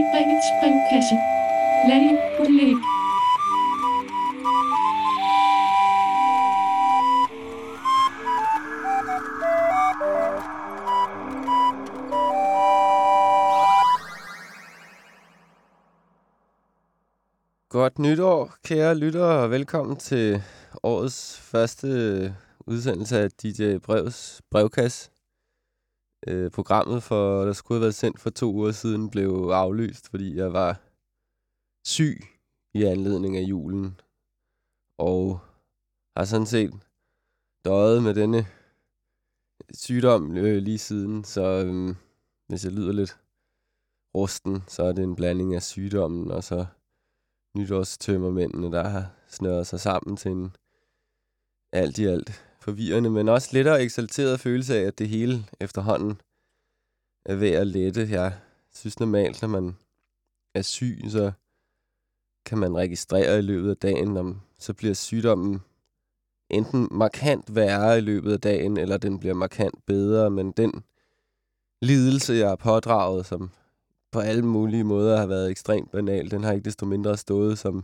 Margrethes brevkasse. Lalli Puttelæg. Godt nytår, kære lyttere, og velkommen til årets første udsendelse af DJ Brevs brevkasse. Programmet, der skulle have været sendt for 2 uger siden, blev aflyst, fordi jeg var syg i anledning af julen. Og har sådan set døjet med denne sygdom lige siden, så hvis jeg lyder lidt rusten, så er det en blanding af sygdommen og så nytårstømmermændene, der har snøret sig sammen til en alt i alt forvirrende, men også lettere eksalteret følelse af, at det hele efterhånden er ved at lette. Jeg synes normalt, når man er syg, så kan man registrere i løbet af dagen, om så bliver sygdommen enten markant værre i løbet af dagen, eller den bliver markant bedre, men den lidelse, jeg har pådraget, som på alle mulige måder har været ekstremt banal, den har ikke desto mindre stået som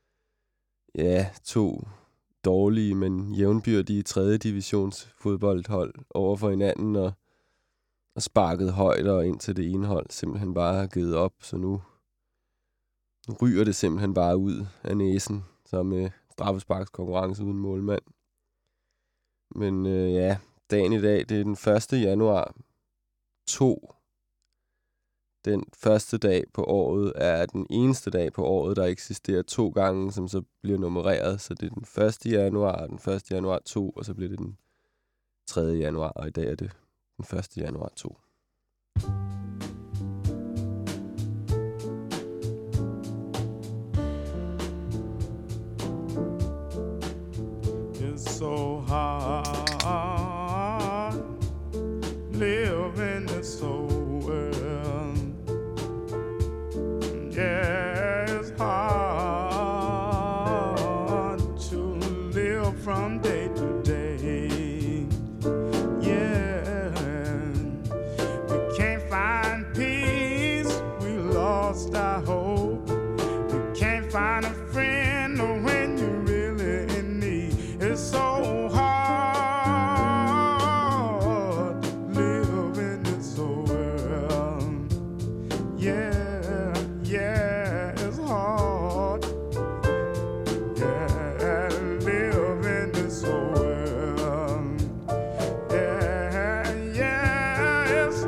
2 dårlige, men jævnbyrdige 3. divisions fodboldhold over for hinanden, og sparket højt, og indtil det ene hold simpelthen bare har givet op, så nu ryger det simpelthen bare ud af næsen, som straffesparkskonkurrence uden målmand. Men dagen i dag, det er den 1. januar 2. Den første dag på året er den eneste dag på året, der eksisterer 2 gange, som så bliver nummereret. Så det er den 1. januar, den 1. januar 2, og så bliver det den 3. januar, og i dag er det den 1. januar 2. It's so hard living this old world. Yeah, it's hard to live from day to day. Yeah, we can't find peace, we lost our hope. We can't find a friend when you're really in need. It's so hard living this old world. Yeah, yeah, it's hard. Yeah, living this old world. Yeah, yeah, it's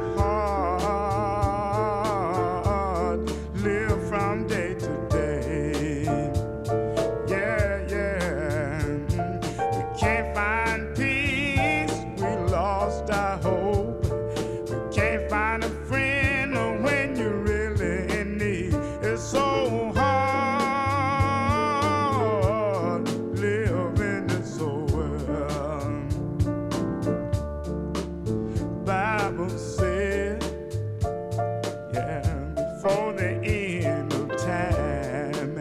hard. Live from day to day. Yeah, yeah. We can't find peace. We lost our hope. We can't find a friend when you're really in need. It's so hard living this old world. Bible said, yeah, before the end of time,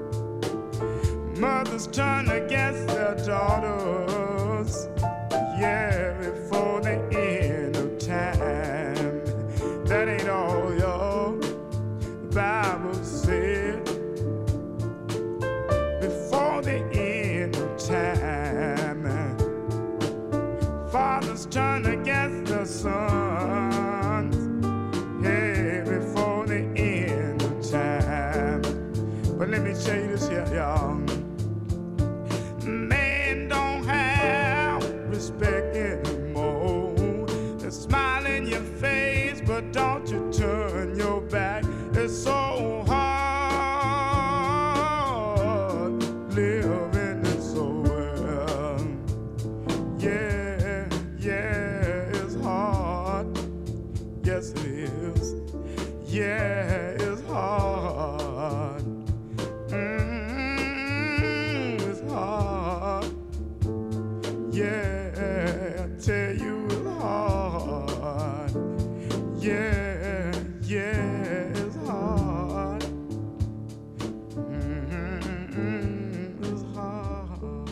mothers turn against their daughters. Yeah, before the end of time. That ain't all, y'all. The Bible said, before the end of time, fathers turn against their sons. Hey, before the end of time. But let me tell you this here, y'all. Men don't have respect anymore. They smile in your face, but don't you turn your back. It's so hard living this old world. Yeah, yeah, it's hard. Yes, it is. Yeah, it's hard. It's hard. Yeah, I tell you it's hard. Yeah, yeah, it's hard. It's hard.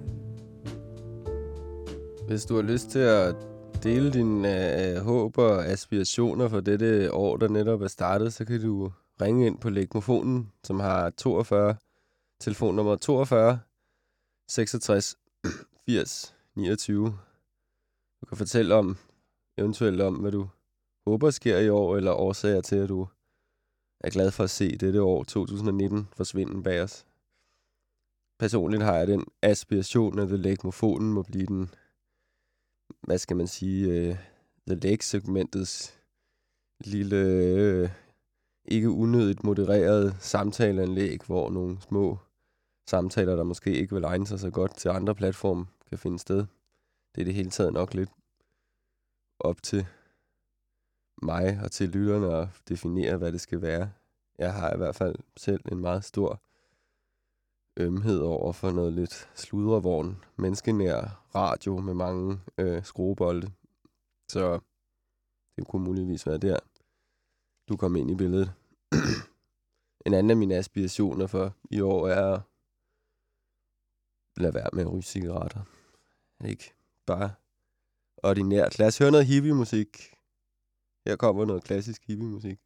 Hvis du har lyst til at dele dine håb og aspirationer for dette år, der netop er startet, så kan du ringe ind på Legmofonen, som har telefonnummer 42 66 80 29. Du kan fortælle eventuelt om, hvad du håber sker i år, eller årsager til, at du er glad for at se dette år 2019 forsvinde bag os. Personligt har jeg den aspiration, at The Legmofonen må blive den, hvad skal man sige, The Leg-segmentets lille, ikke unødigt modereret samtaleanlæg, hvor nogle små samtaler, der måske ikke vil egne sig så godt til andre platforme, kan finde sted. Det er det hele taget nok lidt op til mig og til lytterne at definere, hvad det skal være. Jeg har i hvert fald selv en meget stor ømhed over for noget lidt sludrevogn, menneskenær radio med mange skruebolde. Så det kunne muligvis være der, du kom ind i billedet. En anden af mine aspirationer for i år er at lade være med at ryge cigaretter. Ikke bare ordinært. Lad os høre noget hippie-musik. Her kommer noget klassisk hippie-musik.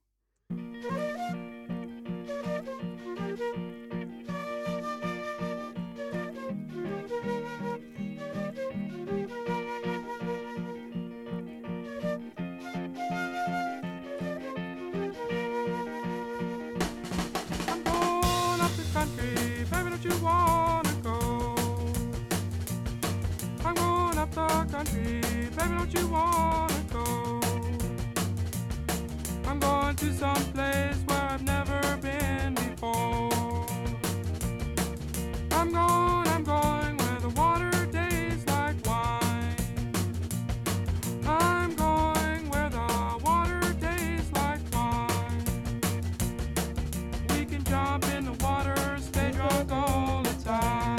Baby, don't you wanna go? I'm going to some place where I've never been before. I'm going where the water tastes like wine. I'm going where the water tastes like wine. We can jump in the water, stay drunk all the time.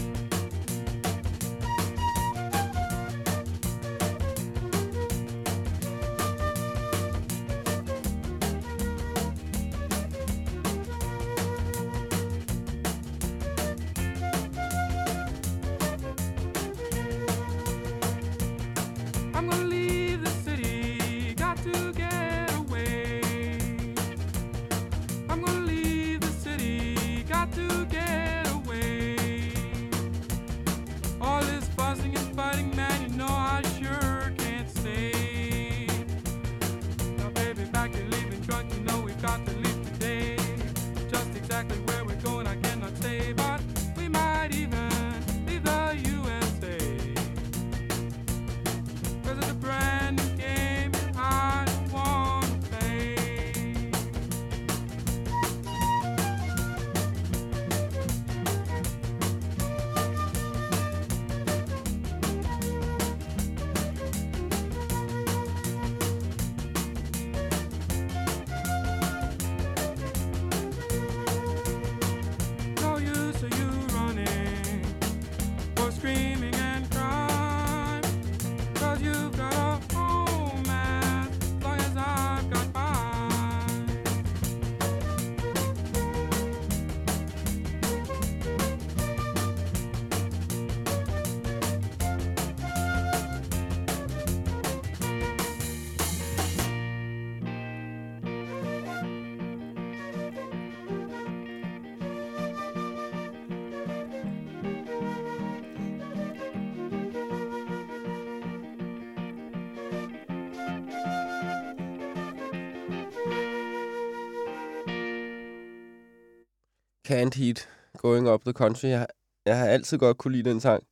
Canned Heat, Going Up the Country. Jeg har altid godt kunne lide den sang.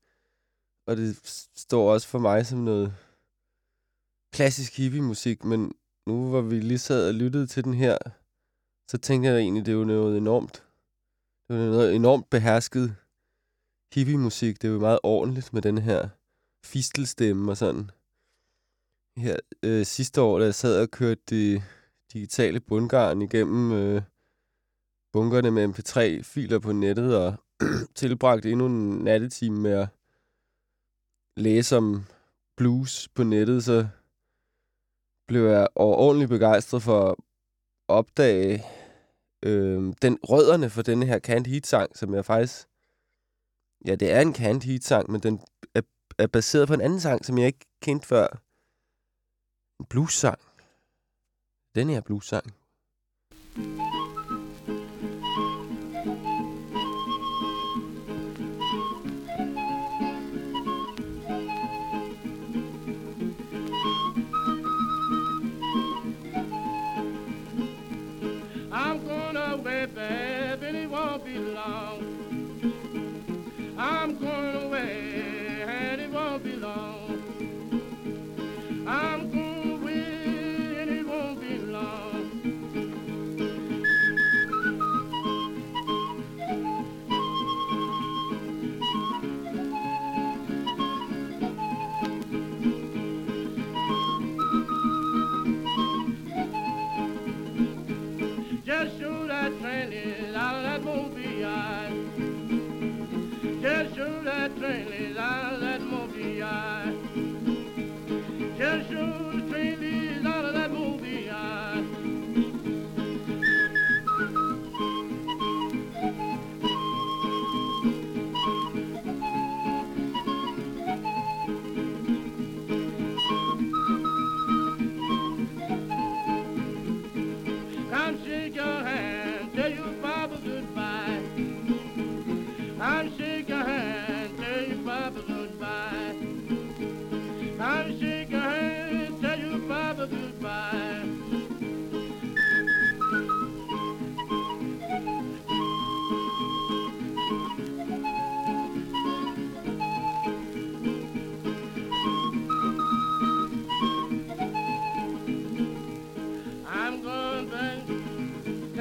Og det står også for mig som noget klassisk hippie-musik. Men nu hvor vi lige sad og lyttede til den her, så tænkte jeg egentlig, det er jo noget enormt. Det er noget enormt behersket hippie-musik. Det er jo meget ordentligt med den her fistelstemme og sådan. Her sidste år, da jeg sad og kørte det digitale bundgarn igennem bunkerne med MP3-filer på nettet og tilbragte endnu en nattetime med at læse om blues på nettet, så blev jeg overordentligt begejstret for at opdage den rødderne for denne her Canned Heat-sang, som jeg faktisk... Ja, det er en Canned Heat-sang, men den er baseret på en anden sang, som jeg ikke kendte før. En blues-sang. Den her blues-sang.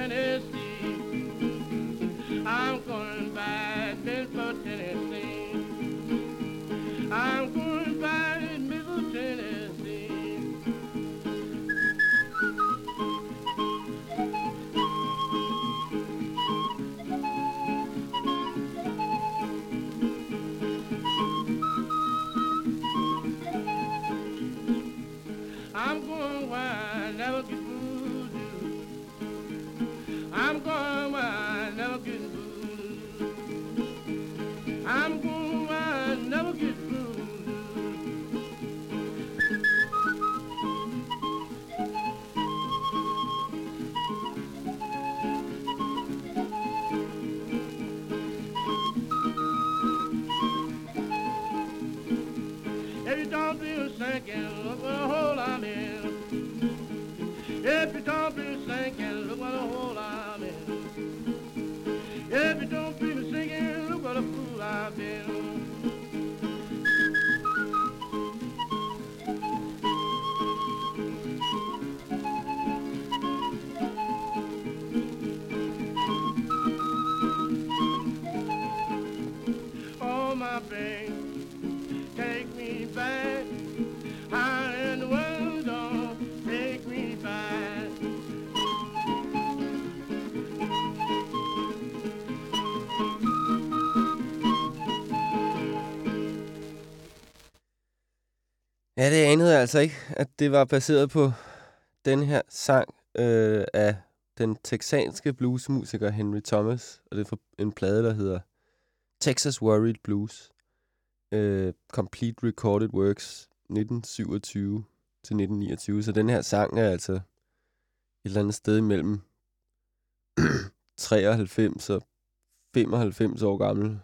Tennessee. I'm going by Memphis, Tennessee. I'm going by Memphis, Tennessee. I'm going where I never get voodoo. I'm going where I never get voodoo. I'm going where I never get voodoo. If you don't feel sinking, look what a hole I'm in. If you don't feel sinking, look what a hole I'm in. If you don't feel sinking, look what a fool I've been. Oh, my baby, take me back. How in the world don't take me back? Ja, det anede jeg altså ikke, at det var baseret på den her sang af den texanske bluesmusiker Henry Thomas. Og det er fra en plade, der hedder Texas Worried Blues. Complete Recorded Works 1927 til 1929. Så den her sang er altså et eller andet sted imellem 93 og 95 år gammel.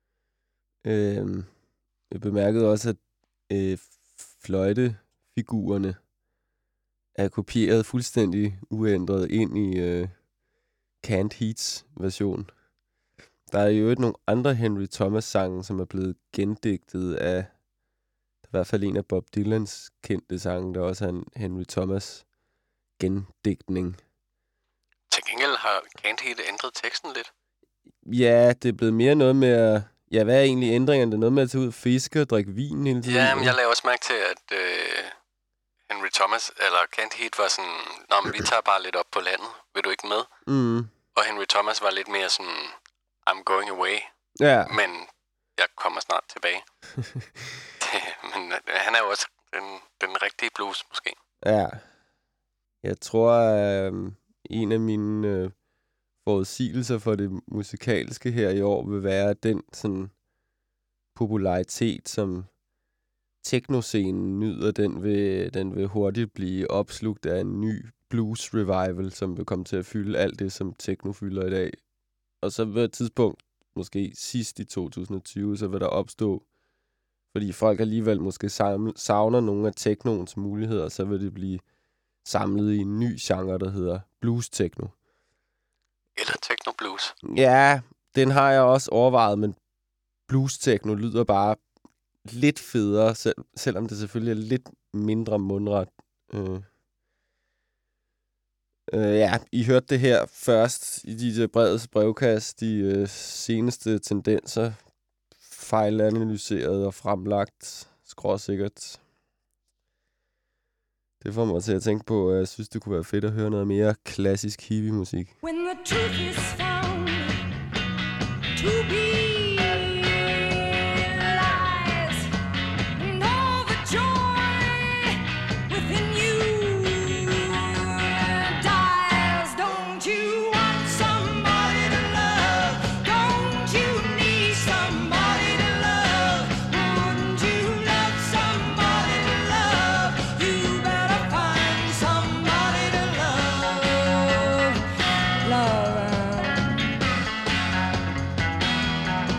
Jeg bemærkede også, at fløjtefigurerne er kopieret fuldstændig uændret ind i Canned Heats version. Der er jo nogle andre Henry Thomas-sange, som er blevet gendigtet af, i hvert fald en af Bob Dylans kendte sange, der også er en Henry Thomas gendigtning. Til gengæld har Canned Heat ændret teksten lidt. Ja, det er blevet mere noget med at... Ja, hvad er egentlig ændringerne? Det er noget med at tage ud og fiske og drikke vin hele tiden. Ja, men jeg lagde også mærke til, at Henry Thomas, eller Canned Heat, var sådan, nå, men vi tager bare lidt op på landet. Vil du ikke med? Mm. Og Henry Thomas var lidt mere sådan, I'm going away. Ja. Men jeg kommer snart tilbage. Men han er jo også den rigtige blues, måske. Ja. Jeg tror, en af mine forudsigelser for det musikalske her i år vil være den sådan popularitet, som teknoscenen nyder, den vil hurtigt blive opslugt af en ny blues revival, som vil komme til at fylde alt det, som techno fylder i dag. Og så ved et tidspunkt, måske sidst i 2020, så vil der opstå, fordi folk alligevel måske savner nogle af technoens muligheder, så vil det blive samlet i en ny genre, der hedder blues techno. Eller techno blues. Ja, den har jeg også overvejet, men blues techno lyder bare lidt federe, selvom det selvfølgelig er lidt mindre mundret. Ja, I hørte det her først i DJ Breds brevkast. De seneste tendenser fejlanalyseret og fremlagt skråsikkert. Det får mig til at tænke på, at jeg synes, det kunne være fedt at høre noget mere klassisk hippie-musik. When the truth is found to be lies, and all the joy within you dies. Don't you want somebody to love? Don't you need somebody to love? Wouldn't you love somebody to love? You better find somebody to love. Love.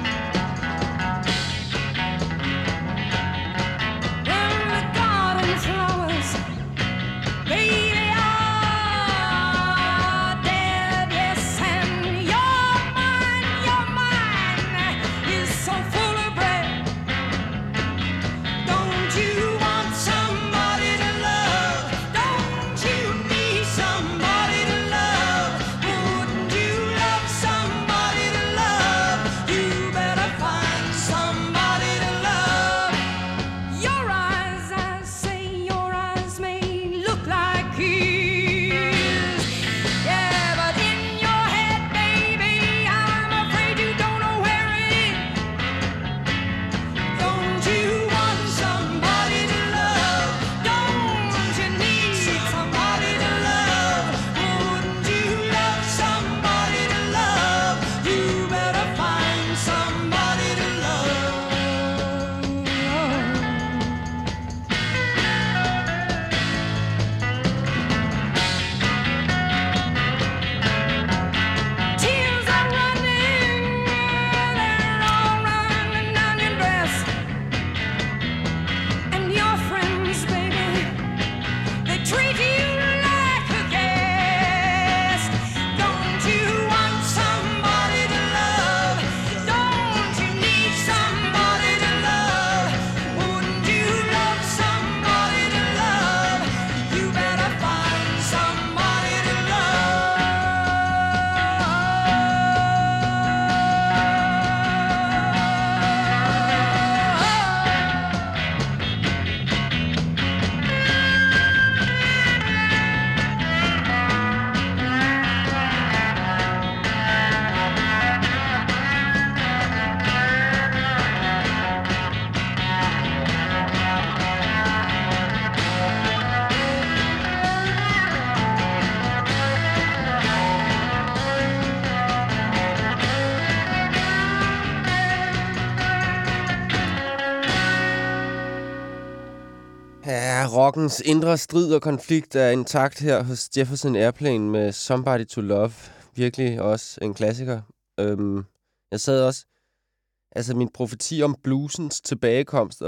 rockens indre strid og konflikt er intakt her hos Jefferson Airplane med Somebody to Love. Virkelig også en klassiker. Jeg sad også... Altså, min profeti om bluesens tilbagekomst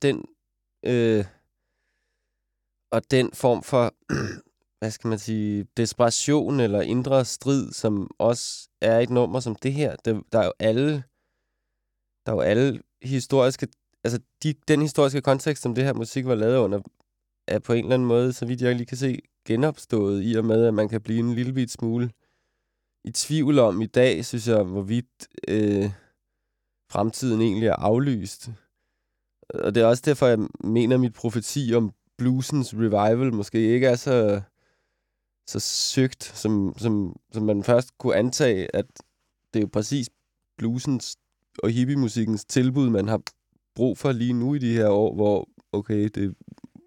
og den form for, hvad skal man sige, desperation eller indre strid, som også er et nummer som det her. Der er jo alle historiske... Altså, den historiske kontekst, som det her musik var lavet under, er på en eller anden måde, så vidt jeg lige kan se, genopstået i og med, at man kan blive en lille bit smule i tvivl om i dag, synes jeg, hvorvidt fremtiden egentlig er aflyst. Og det er også derfor, jeg mener, at mit profeti om bluesens revival måske ikke er så søgt, som man først kunne antage, at det er jo præcis bluesens og hippiemusikkens tilbud, man har brug for lige nu i de her år, hvor, okay, det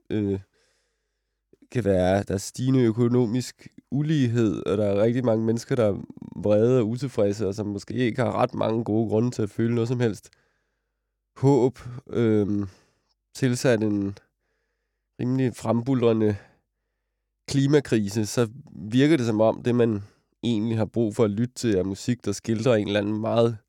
kan være, der er stigende økonomisk ulighed, og der er rigtig mange mennesker, der er vrede og utilfredse, og som måske ikke har ret mange gode grunde til at føle noget som helst håb, tilsat en rimelig frembuldrende klimakrise, så virker det som om, det man egentlig har brug for at lytte til, er musik, der skildrer en eller anden meget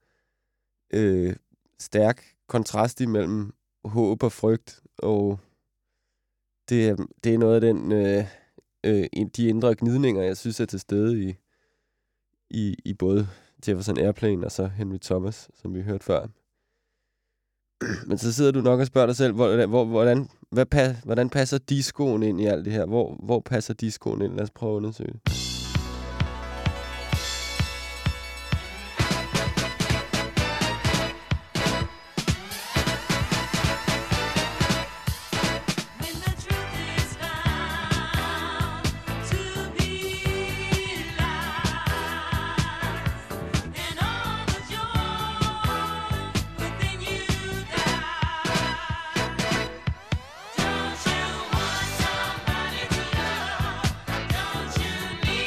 stærk kontrast imellem håb og frygt, og det er noget af den de indre gnidninger, jeg synes er til stede i både Jefferson Airplane og så Henry Thomas, som vi hørte før. Men så sidder du nok og spørger dig selv, hvordan passer discoen ind i alt det her? Hvor passer discoen ind? Lad os prøve at undersøge det. Don't you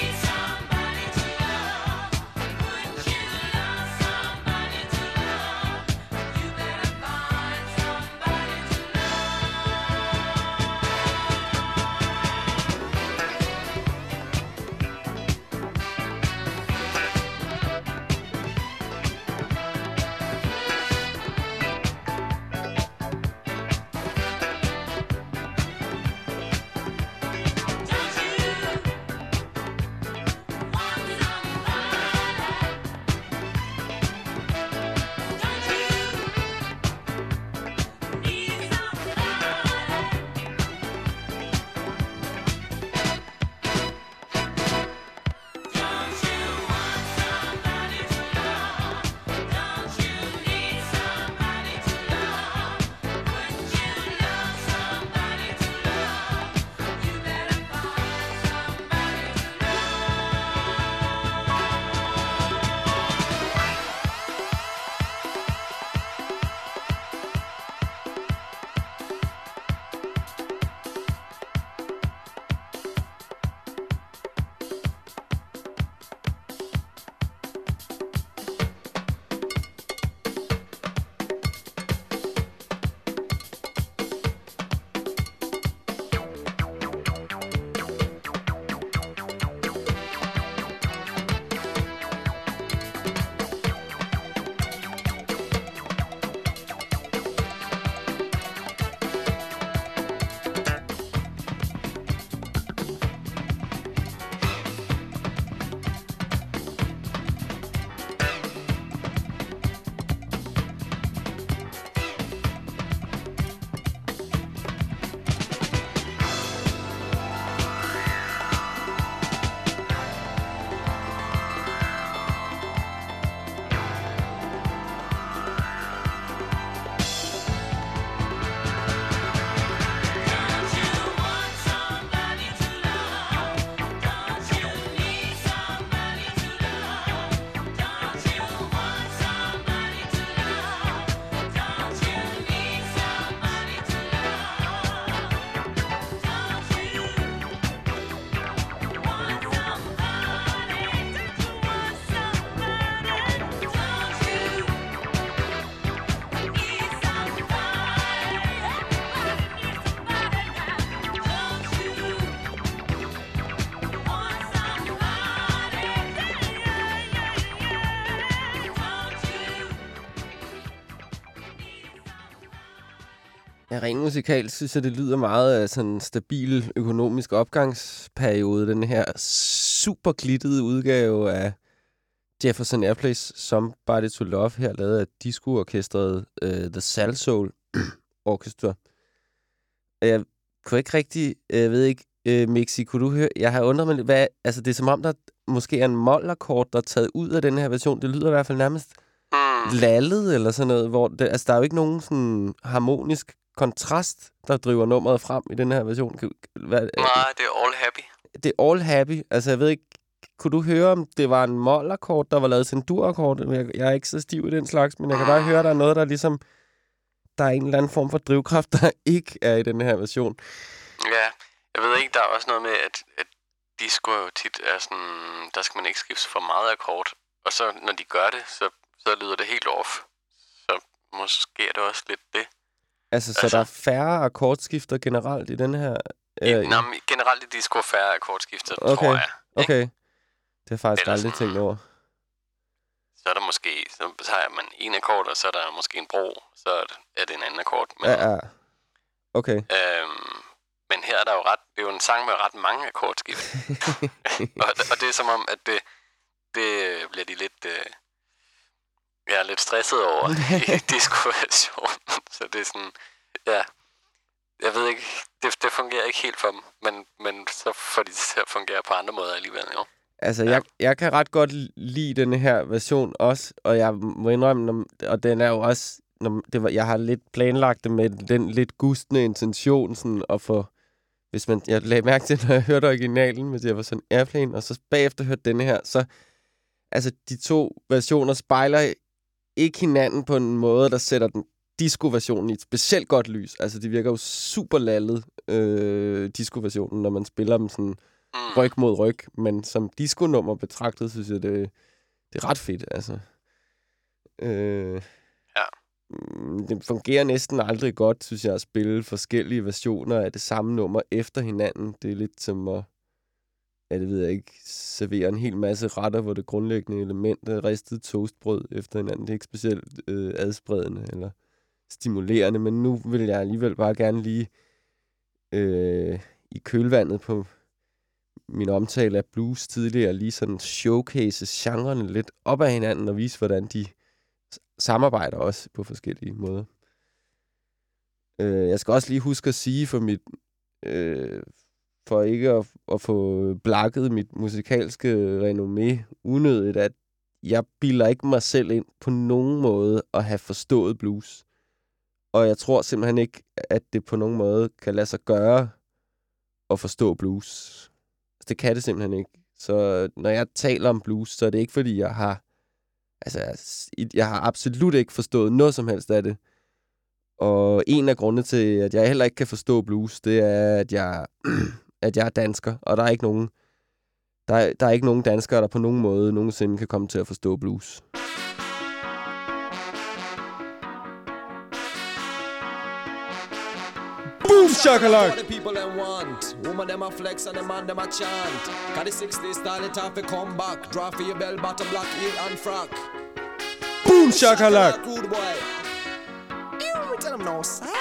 Ja, rent musikalt synes jeg, det lyder meget af sådan en stabil økonomisk opgangsperiode. Den her super glittede udgave af Jefferson Airplays Somebody to Love, her lavet af disco-orkestret The Salsoul Orchestra. Og jeg kunne ikke rigtig, ved ikke, Mixi, kunne du høre? Jeg har undret mig lidt, altså det er som om, der måske er en mol-akkord, der er taget ud af den her version. Det lyder i hvert fald nærmest lallet eller sådan noget, hvor det, altså der er jo ikke nogen sådan harmonisk kontrast, der driver nummeret frem i den her version. Nej, det er all happy. Det er all happy. Altså jeg ved ikke, kunne du høre, om det var en mol-akkord, der var lavet til en dur-akkord? Jeg er ikke så stiv i den slags, men jeg kan bare høre, at der er noget, der ligesom, der er en eller anden form for drivkraft, der ikke er i den her version. Ja, jeg ved ikke, der er også noget med, at disco jo tit er sådan, der skal man ikke skifte for meget akkord. Og så når de gør det, så lyder det helt off. Så måske er det også lidt det. Altså, så der er færre akkordskifter generelt i den her? Generelt i disco er færre akkordskifter, tror jeg. Okay. Det har jeg faktisk aldrig tænkt over. Så er der måske, så har man en akkord, og så er der måske en bro, så er det en anden akkord. Men, ja. Okay. Men her er der jo det er jo en sang med ret mange akkordskift. og det er som om, at det bliver de lidt, lidt stresset over i disco-versionen. Så det er sådan, ja, jeg ved ikke, det fungerer ikke helt for dem, men så får de til at fungere på andre måder alligevel, jo. Altså, jeg kan ret godt lide denne her version også, og jeg må indrømme, og den er jo også, jeg har lidt planlagt det med den lidt gustne intention, sådan at få, jeg lagde mærke til, når jeg hørte originalen med Jefferson Airplane, og så bagefter hørte denne her, så, altså, de to versioner spejler ikke hinanden på en måde, der sætter den disco-versionen i et specielt godt lys. Altså, det virker jo super lallet, disco-versionen, når man spiller dem sådan ryg mod ryg. Men som disco-nummer betragtet, synes jeg, det er ret fedt, altså. Det fungerer næsten aldrig godt, synes jeg, at spille forskellige versioner af det samme nummer efter hinanden. Det er lidt som at, det ved jeg ikke, servere en hel masse retter, hvor det grundlæggende element er ristet toastbrød efter hinanden. Det er ikke specielt adspredende eller stimulerende, men nu vil jeg alligevel bare gerne lige i kølvandet på min omtale af blues tidligere, lige sådan showcase genrerne lidt op ad hinanden og vise, hvordan de samarbejder også på forskellige måder. Jeg skal også lige huske at sige for ikke at få blakket mit musikalske renommé unødigt, at jeg bilder ikke mig selv ind på nogen måde at have forstået blues. Og jeg tror simpelthen ikke, at det på nogen måde kan lade sig gøre at forstå blues. Altså, det kan det simpelthen ikke. Så når jeg taler om blues, så er det ikke fordi, jeg har absolut ikke forstået noget som helst af det. Og en af grundene til, at jeg heller ikke kan forstå blues, det er, at jeg er dansker, og der er ikke nogen danskere, der på nogen måde nogensinde kan komme til at forstå blues. Boom shakalak! The people them want, woman them a flex and the man them a chant. Got the 60s style it off a come back. Draw for your bell bottom black heel and frock. Boom shakalak! Rude boy. You tell them no sir.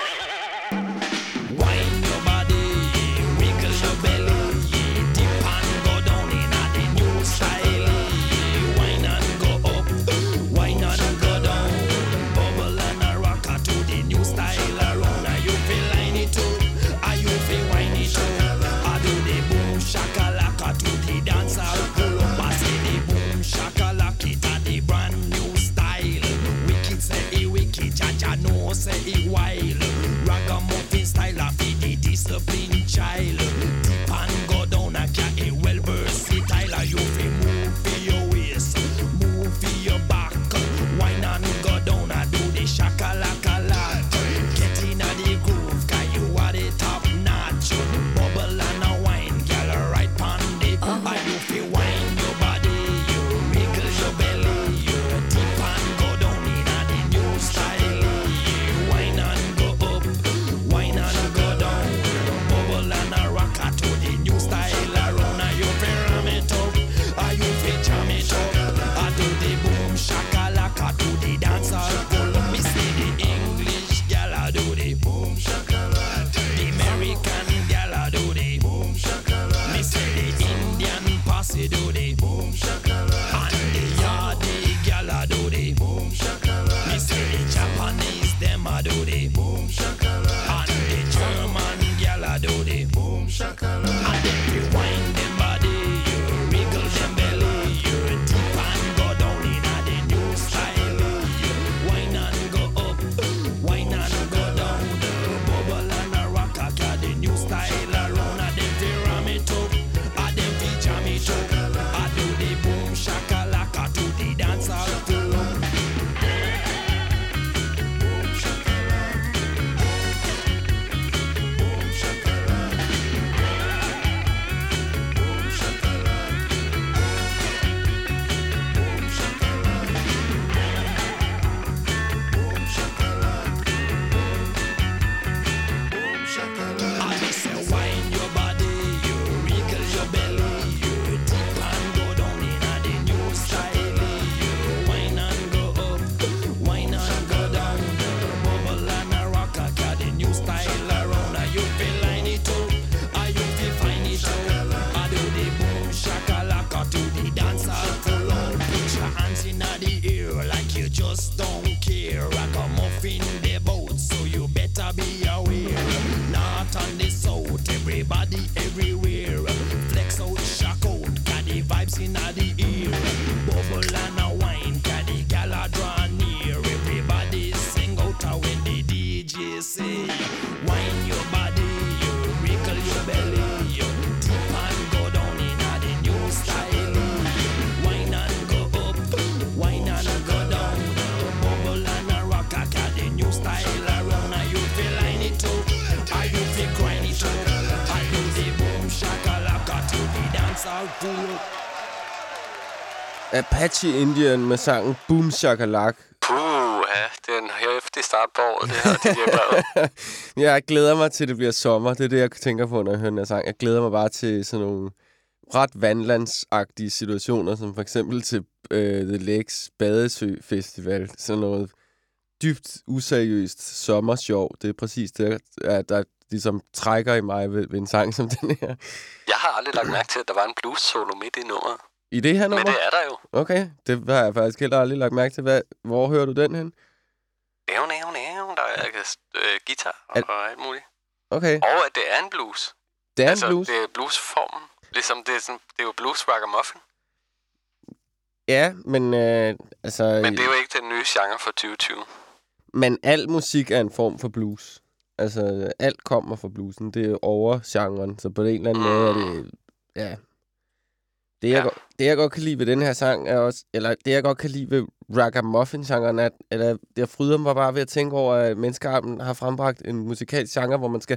Wine your body, wiggle your belly, dip and go down in a the new style. Wine and go up, wine and go down, bubble and a rocker to the new style around. Are you feel line it too? Are you feel wine it too? I do the boom shakalaka to the dancer. Pull up, I say the boom shakalaka it a the brand new style. Wicked say it wicked, Jaja no say it wild. Ragamuffin style of the discipline child. Dip and go down a cat it well versatile. You feel move for your waist, move for your back. Wine and go down and do the shakalaka lot. Get in a the groove, cause you are the top notch. Bubble and a wine, girl right pon it. And you feel wine posse do the boom shakalaka. And the yardy gyal a do the boom shakalaka. Me say the Japanese them a do the boom shakalaka. And the German gyal a do the boom shakalaka. And then you wind them body, you wriggle them belly, you dip and go down in a the new style. You wine and go up, wine and go down. The bubble and a rock a the new style around. A them fi ram it up, a them fi jam it up. A do the boom shakalaka to the dance hall floor. Just don't care. Ragamuffin the boat, so you better be aware. North and the south, everybody everywhere. Flex out, shock out, got the vibes in the ear. Bubble and a wine, got the gala draw near. Everybody sing out when the DJ say, wine your body, you wrinkle your belly, you dip and go down in the new style. Wine and go up, wine and go down. Bubble and a rock, I got the new style around. Are you feel line it up? Are you feel grind it up? Are you the boom shakalaka to the dance out full? Apache Indian med sangen Boom Shakalak. Ja, det er en hæftig start på året, det her, det her. Jeg glæder mig til, det bliver sommer. Det er det, jeg tænker på, når jeg hører den her sang. Jeg glæder mig bare til sådan nogle ret vandlandsagtige situationer, som for eksempel til The Lakes Badesø Festival. Sådan noget dybt useriøst sommersjov. Det er præcis det, der ligesom trækker i mig ved en sang som den her. Jeg har aldrig lagt mærke til, at der var en blues-solo midt i nummeret. I det her nummer? Men det er der jo. Okay, det har jeg faktisk heller aldrig lagt mærke til. Hvor hører du den hen? Der er guitar og alt muligt. Okay. Og at det er en blues. Det er en blues? Det er bluesformen. Ligesom det er jo blues ragamuffin. Ja, men Men det er jo ikke den nye genre for 2020. Men al musik er en form for blues. Altså, alt kommer fra bluesen. Det er over-genren, så på en eller anden måde er det... Ja. Det, jeg godt kan lide ved den her sang, er også... Eller det, jeg godt kan lide ved ragamuffin-genren, er... Eller jeg fryder mig bare ved at tænke over, at menneskearten har frembragt en musikalsk genre, hvor man skal...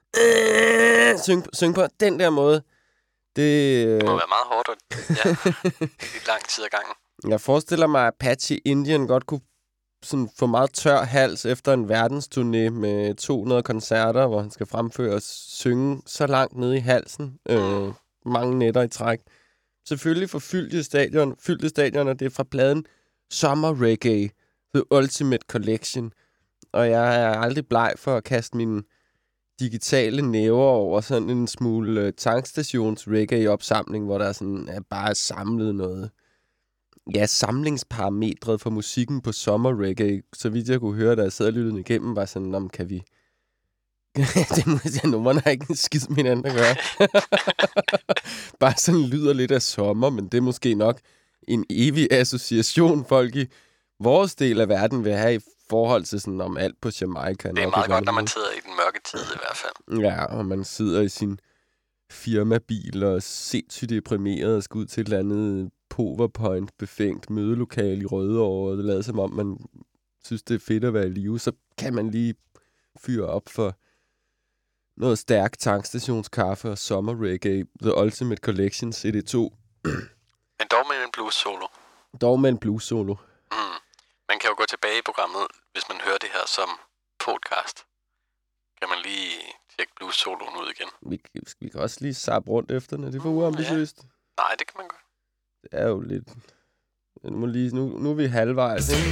synge på den der måde. Det må være meget hårdt, i lang tid ad gangen. Jeg forestiller mig, at Apache Indian godt kunne sådan få meget tør hals efter en verdensturné med 200 koncerter, hvor han skal fremføre og synge så langt nede i halsen. Mange nætter i træk. Selvfølgelig for fyldte stadion, og det er fra pladen Summer Reggae, The Ultimate Collection. Og jeg er aldrig bleg for at kaste mine digitale næver over sådan en smule tankstations reggae-opsamling, hvor der sådan er bare samlet noget. Ja, samlingsparametret for musikken på Summer Reggae, så vidt jeg kunne høre, da jeg sad og lyttede igennem, var sådan, om kan vi... Nummerne har ikke en skid med hinanden at gøre. Bare sådan lyder lidt af sommer, men det er måske nok en evig association, folk i vores del af verden vil have i forhold til sådan om alt på Jamaica. Det er meget godt, når man sidder i den mørke tid i hvert fald. Ja, og man sidder i sin firmabil og sindssygt deprimeret og skal ud til et eller andet PowerPoint-befængt mødelokale i Rødovre, og det lader som om, man synes, det er fedt at være i live, så kan man lige fyre op for noget stærk tankstationskaffe og Summer Reggae, The Ultimate Collection, CD2. Men dog med en blues-solo. Dog med en blues-solo. Man kan jo gå tilbage i programmet, hvis man hører det her som podcast. Kan man lige tjekke blues-soloen ud igen. Vi kan også lige sappe rundt efter, når det er for uambitiøst. Ja. Nej, det kan man godt. Det er jo lidt... Nu er vi halvvejs, ikke?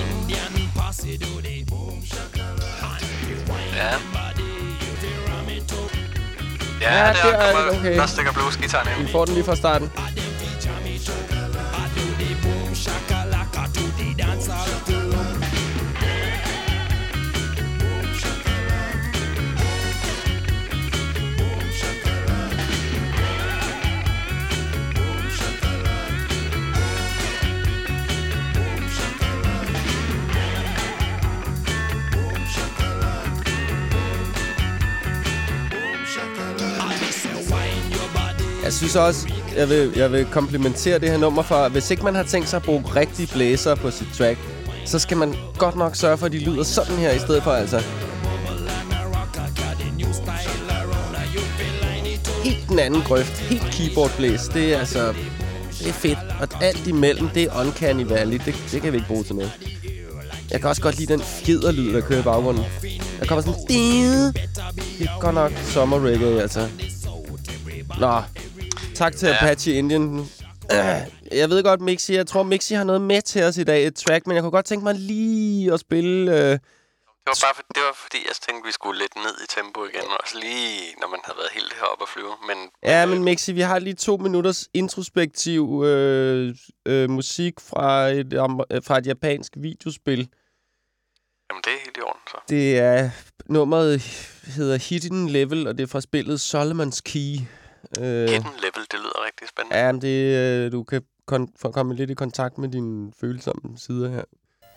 Ja. Ja, der kommer, okay. Der stikker blues-gitaren ind. Vi får den lige fra starten. it up. I do the boom shakalaka to the dancehall too. Boom shakalaka, boom shakalaka, boom shakalaka, boom shakalaka, boom shakalaka, boom shakalaka. I say wine your body. Jeg synes også, jeg vil komplimentere det her nummer for, hvis ikke man har tænkt sig at bruge rigtige blæser på sit track, så skal man godt nok sørge for, at de lyder sådan her i stedet for, altså. Helt den anden grøft, helt keyboardblæs, det er altså, det er fedt. Og alt imellem, det er uncanny valley, det kan vi ikke bruge til noget. Jeg kan også godt lide den fjederlyd, der kører i baggrunden. Der kommer sådan, det er godt nok sommerreggae, altså. Nå, tak til Apache Indian. Jeg ved godt, Mixi. Jeg tror, Mixi har noget med til os i dag. Et track, men jeg kunne godt tænke mig lige at spille... Det var fordi, jeg tænkte, vi skulle lidt ned i tempo igen. Også lige, når man havde været helt heroppe at flyve. Men Mixi, vi har lige 2 minutters introspektiv musik fra et japansk videospil. Jamen, det er helt i orden, så. Det er... Nummeret hedder Hidden Level, og det er fra spillet Solomon's Key. Hidden Level, det lyder rigtig spændende. Ja, men det, du kan komme lidt i kontakt med dine følsomme sider her.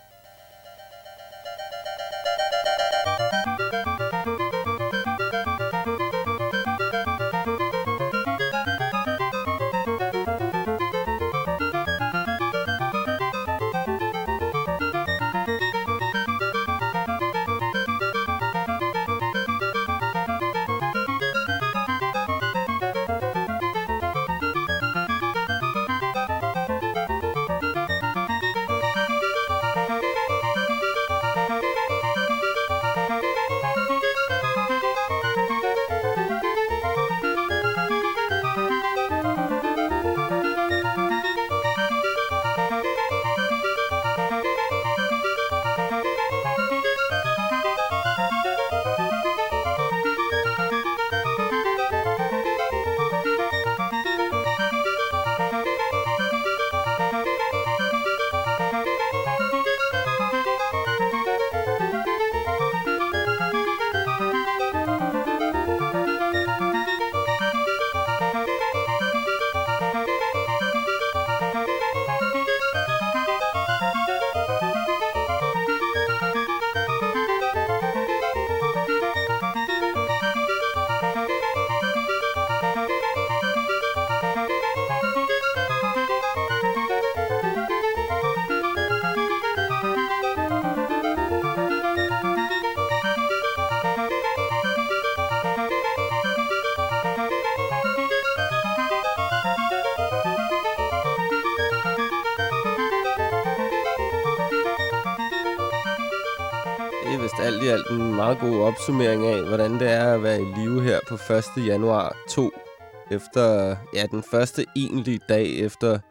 Alt i alt en meget god opsummering af, hvordan det er at være i live her på 1. januar 2. Efter, den første egentlige dag efter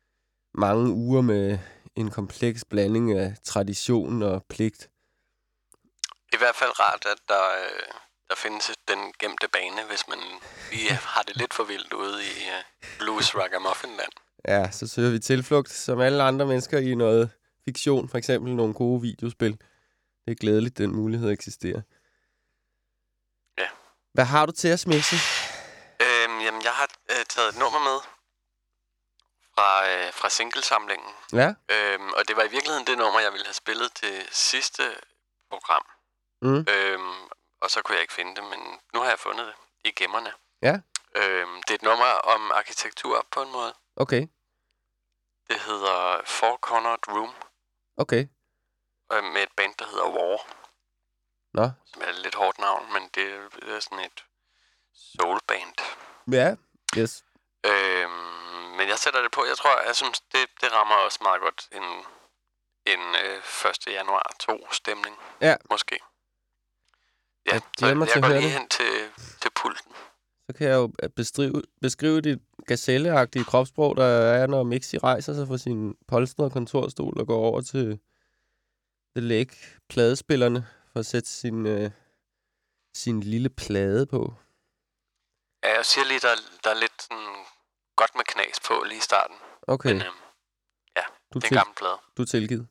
mange uger med en kompleks blanding af tradition og pligt. I hvert fald rart, at der findes den gemte bane, hvis man lige har det lidt for vildt ude i blues ragamuffin-land. Ja, så søger vi tilflugt, som alle andre mennesker, i noget fiktion, for eksempel nogle gode videospil. Det er glædeligt, den mulighed eksisterer. Ja. Hvad har du til os, Mixi? Jamen, jeg har taget et nummer med fra singlesamlingen. Ja. Og det var i virkeligheden det nummer, jeg ville have spillet til sidste program. Og så kunne jeg ikke finde det, men nu har jeg fundet det i gemmerne. Ja. Det er et nummer om arkitektur på en måde. Okay. Det hedder Four Cornered Room. Okay. Med et band, der hedder War. Nå. Som er et lidt hårdt navn, men det er sådan et soulband. Ja, yes. Men jeg sætter det på. Jeg synes, det rammer også meget godt en 1. januar 2-stemning. Ja. Måske. Ja, så jeg går lige hen til pulten. Så kan jeg jo beskrive dit gazelleagtige kropssprog, der er, når Mixi rejser sig fra sin polstrede kontorstol og går over til The Lake pladespillerne for at sætte sin lille plade på. Ja, jeg siger lige, der er lidt sådan godt med knas på lige i starten. Okay, Men ja, du, det er til, en gammel plade. du er tilgivet.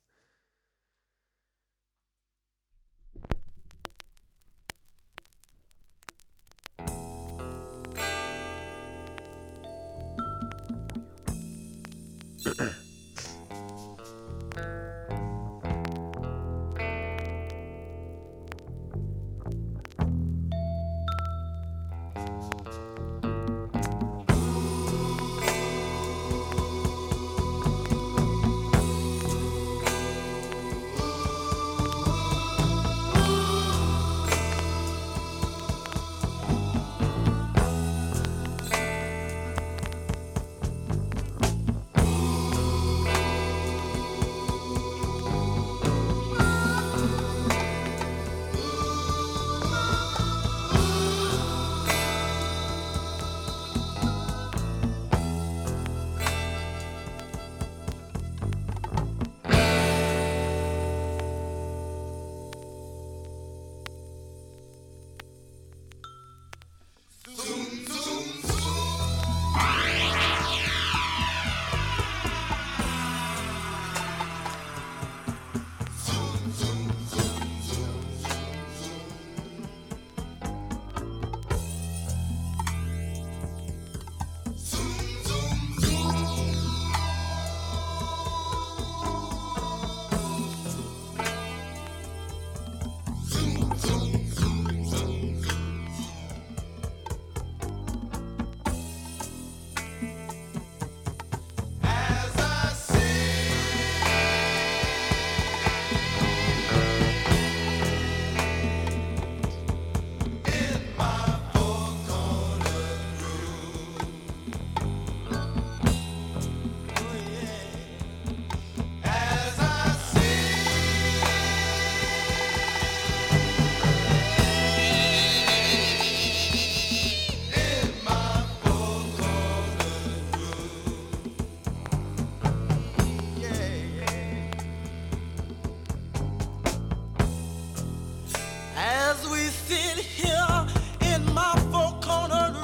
As we sit here in my four-cornered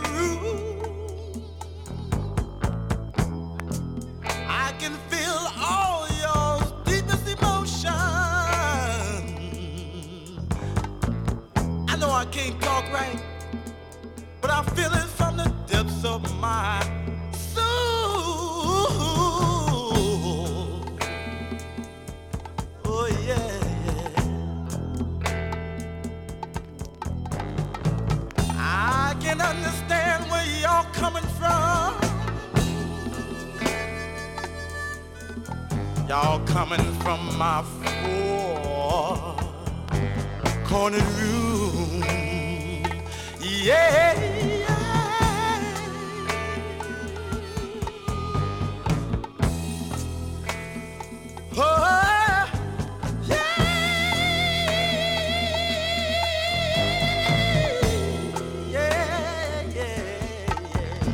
room, I can feel all your deepest emotion. I know I can't talk right, but I feel it from the depths of my soul. Oh yeah. I can understand where you're coming from. Y'all coming from my four-cornered room. Yeah. Oh, yeah, yeah.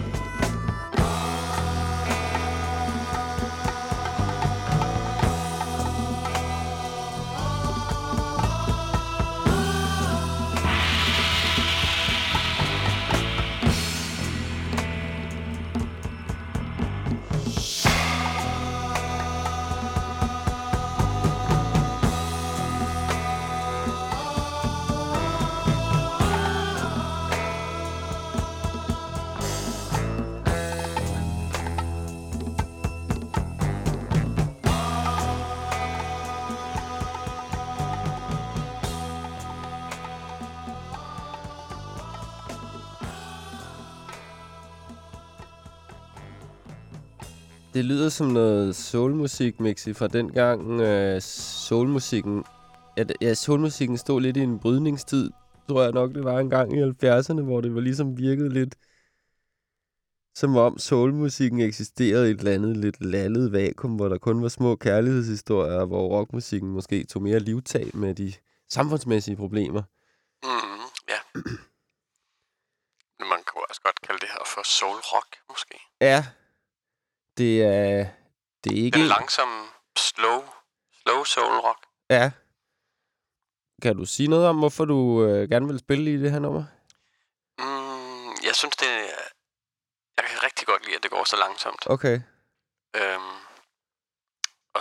Det lyder som noget soulmusik, Mixi, fra dengang soulmusikken... Ja, soulmusikken stod lidt i en brydningstid, tror jeg nok, det var en gang i 70'erne, hvor det var ligesom virkede lidt som om soulmusikken eksisterede i et eller andet lidt lallet vakuum, hvor der kun var små kærlighedshistorier, hvor rockmusikken måske tog mere livtag med de samfundsmæssige problemer. Ja. Men man kunne også godt kalde det her for soul rock, måske. Ja, det er ikke... Den langsomme, slow soul rock. Ja. Kan du sige noget om, hvorfor du gerne vil spille i det her nummer? Jeg synes, jeg kan rigtig godt lide, at det går så langsomt. Okay.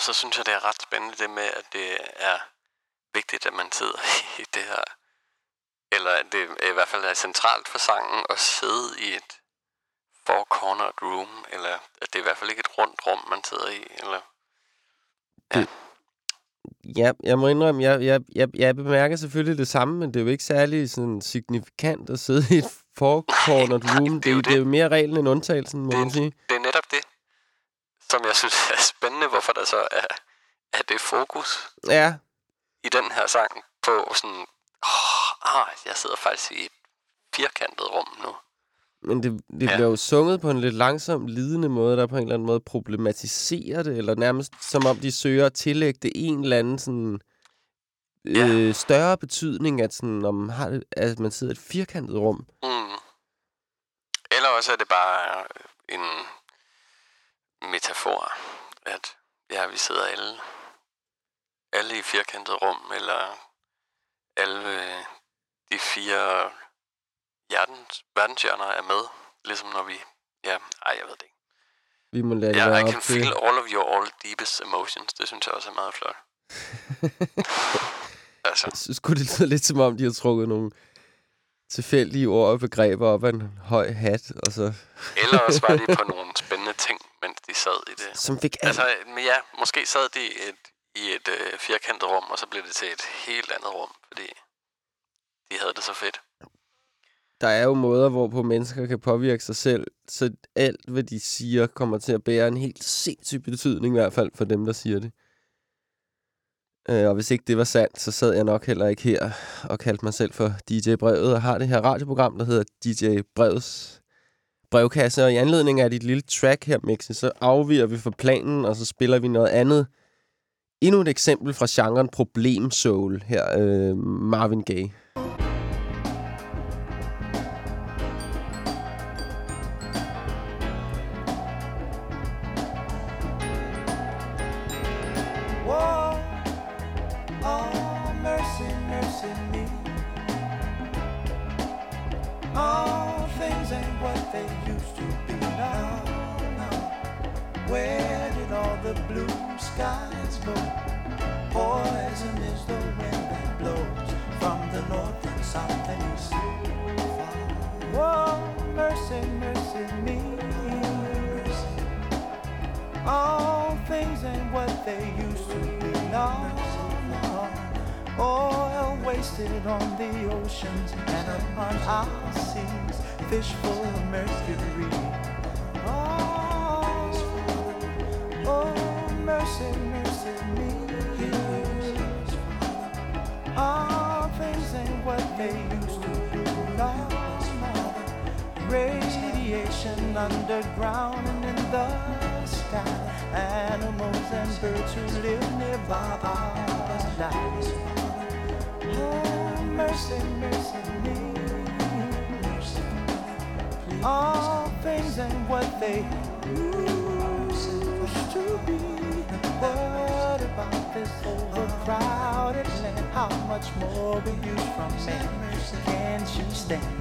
så synes jeg, det er ret spændende det med, at det er vigtigt, at man sidder i det her, eller at det i hvert fald er centralt for sangen at sidde i et four-cornered room, eller at det er i hvert fald ikke et rundt rum, man sidder i, eller... Ja. Ja, jeg må indrømme, jeg bemærker selvfølgelig det samme, men det er jo ikke særlig sådan signifikant at sidde i et four-cornered room. Det er jo mere reglen end undtagelsen, må man sige. Det er netop det, som jeg synes er spændende, hvorfor der så er det fokus i den her sang på sådan, jeg sidder faktisk i et firkantet rum nu. Men det bliver jo sunget på en lidt langsom, lidende måde, der på en eller anden måde problematiserer det, eller nærmest som om de søger at tillægge det en eller anden sådan, større betydning, at, sådan, at man sidder i et firkantet rum. Mm. Eller også er det bare en metafor, at vi sidder alle i firkantet rum, eller alle de 4 verdenshjørner er med, ligesom når vi... jeg ved det ikke. Vi må lade det være op I can til. feel all of your deepest emotions. Det synes jeg også er meget flot. Altså. Jeg synes det lyder lidt som om, de har trukket nogle tilfældige ord og begreber op af en høj hat, og så... Eller også var de på nogle spændende ting, mens de sad i det. Som fik men måske sad de i et firkantet rum, og så blev det til et helt andet rum, fordi de havde det så fedt. Der er jo måder, hvorpå mennesker kan påvirke sig selv, så alt, hvad de siger, kommer til at bære en helt sindssyg betydning, i hvert fald for dem, der siger det. Og hvis ikke det var sandt, så sad jeg nok heller ikke her og kaldte mig selv for DJ Brevet, og har det her radioprogram, der hedder DJ Brevets brevkasse. Og i anledning af dit lille track her, Mixi, så afviger vi fra planen, og så spiller vi noget andet. Endnu et eksempel fra genren problemsoul her, Marvin Gaye. Fish full of mercury. Oh, mercy, mercy me. All things ain't what they used to be. No, radiation underground and in the sky. Animals and birds who live nearby are alive. Oh, mercy, mercy me. All things ain't what they used to be. What about this overcrowded land? How much more abuse from man can't you stand?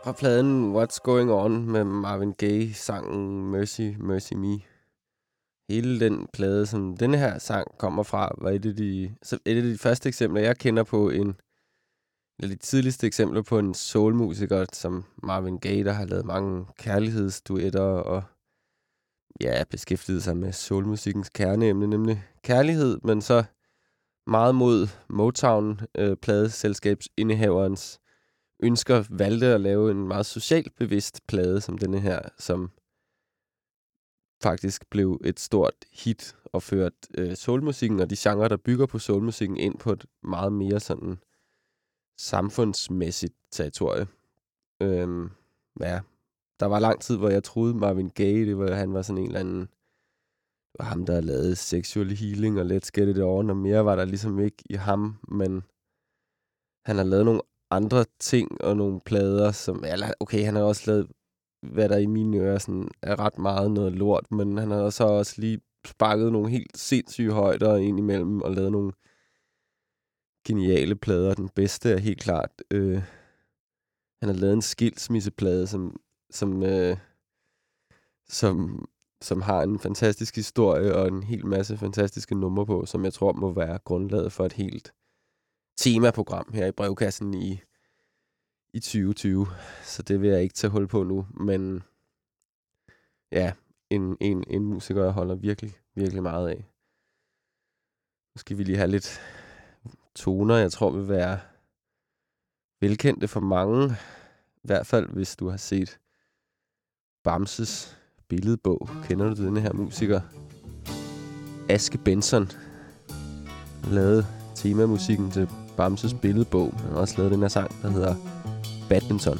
fra pladen What's Going On med Marvin Gaye, sangen Mercy, Mercy Me. Hele den plade, som denne her sang kommer fra, var et af de første eksempler, jeg kender på eller de tidligste eksempler på en soulmusiker, som Marvin Gaye, der har lavet mange kærlighedsduetter og beskæftiget sig med soulmusikkens kerneemne, nemlig kærlighed, men så meget mod Motown, pladeselskabsindehaverens ønsker, valgte at lave en meget socialt bevidst plade som denne her, som faktisk blev et stort hit og ført soulmusikken og de genrer, der bygger på soulmusikken, ind på et meget mere sådan samfundsmæssigt territorie. Der var lang tid, hvor jeg troede Marvin Gaye, han var sådan en eller anden, det var ham, der lavede Sexual Healing og Let's Get It On, og mere var der ligesom ikke i ham, men han har lavet nogle andre ting og nogle plader, som, han har også lavet, hvad der i mine ører sådan, er ret meget noget lort, men han har så også lige sparket nogle helt sindssyge højder ind imellem og lavet nogle geniale plader. Den bedste er helt klart, han har lavet en skilsmisseplade, som har en fantastisk historie og en hel masse fantastiske numre på, som jeg tror må være grundlaget for et helt temaprogram her i brevkassen i 2020. Så det vil jeg ikke tage hul på nu, men ja, en musiker, jeg holder virkelig, virkelig meget af. Nu skal vi lige have lidt toner, jeg tror vil være velkendte for mange. I hvert fald, hvis du har set Bamses billedbog. Kender du denne her musiker? Aske Benson lavede temamusikken til Bamses billedbog. Han har også lavet den her sang, der hedder Badminton.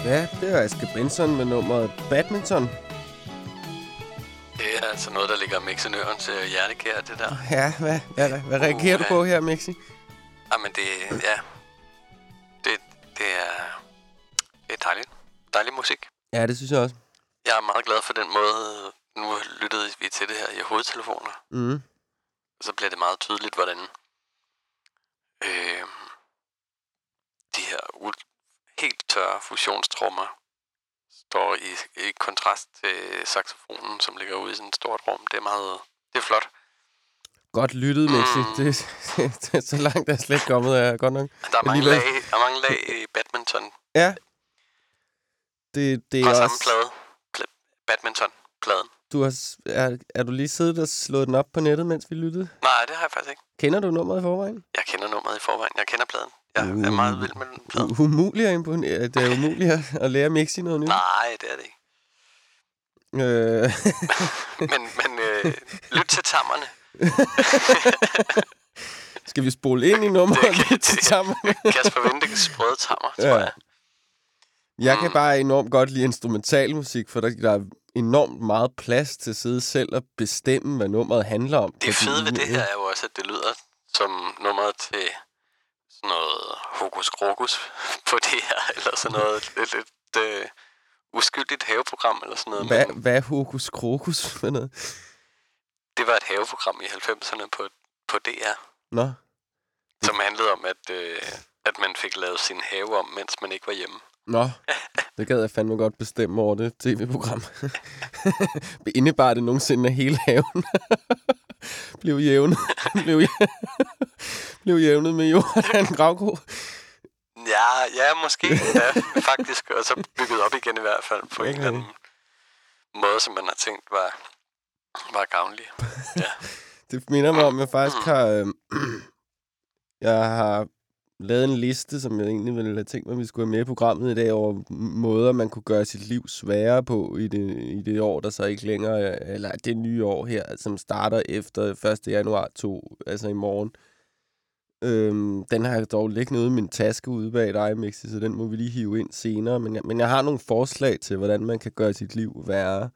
Ja, det er Aske Benson med nummeret Badminton. Det er altså noget, der ligger Mixenøren til hjertekær, det der. Ja, hvad reagerer du på her, Mixi? Jamen, det er dejligt. Dejlig musik. Ja, det synes jeg også. Jeg er meget glad for den måde, nu lyttede vi til det her i hovedtelefoner. Mm. Så bliver det meget tydeligt, hvordan de her helt tørre fusionstrommer står i kontrast til saxofonen, som ligger ude i sådan et stort rum. Det er flot. Godt lyttet, Mixi. Det så langt er jeg slet ikke kommet af, godt nok. Der er mange lag i badminton. Ja. Det er fra også... samme plade. Badminton-pladen. Er du lige siddet og slået den op på nettet, mens vi lyttede? Nej, det har jeg faktisk ikke. Kender du nummeret i forvejen? Jeg kender nummeret i forvejen. Jeg kender pladen. Jeg er meget vild med den plade. Umuligt at imponere. Det er umuligt at lære Mixi noget nyt. Nej, det er det ikke. men lyt til tammerne. Skal vi spole ind i nummeret til tammerne? Kasper Vindings sprøde tammer, tror jeg. Jeg kan bare enormt godt lide instrumentalmusik, for der er enormt meget plads til at sidde selv og bestemme, hvad nummeret handler om. Det fede ved det her er jo også, at det lyder som nummeret til sådan noget hokus krokus på det her, eller sådan noget lidt uskyldigt haveprogram, eller sådan noget. Hvad er hokus krokus for noget? Det var et haveprogram i 90'erne på DR. Nå. Som handlede om, at man fik lavet sin have om, mens man ikke var hjemme. Nå, det gad jeg fandme godt bestemme over det tv-program. Indebar det nogensinde, at hele haven blev jævnet med Johan Gravgaard? Ja, måske ja, faktisk. Og så bygget op igen i hvert fald på en eller anden måde, som man har tænkt var gavnlig. Ja. Det minder mig om, at jeg faktisk har lavet en liste, som jeg egentlig ville have tænkt mig, at vi skulle have med i programmet i dag, over måder, man kunne gøre sit liv sværere på i det år, der så ikke længere, eller det nye år her, som starter efter 1. januar 2, altså i morgen. Den har jeg dog liggende ude i min taske ude bag dig, Mixi, så den må vi lige hive ind senere. Men jeg har nogle forslag til, hvordan man kan gøre sit liv værre.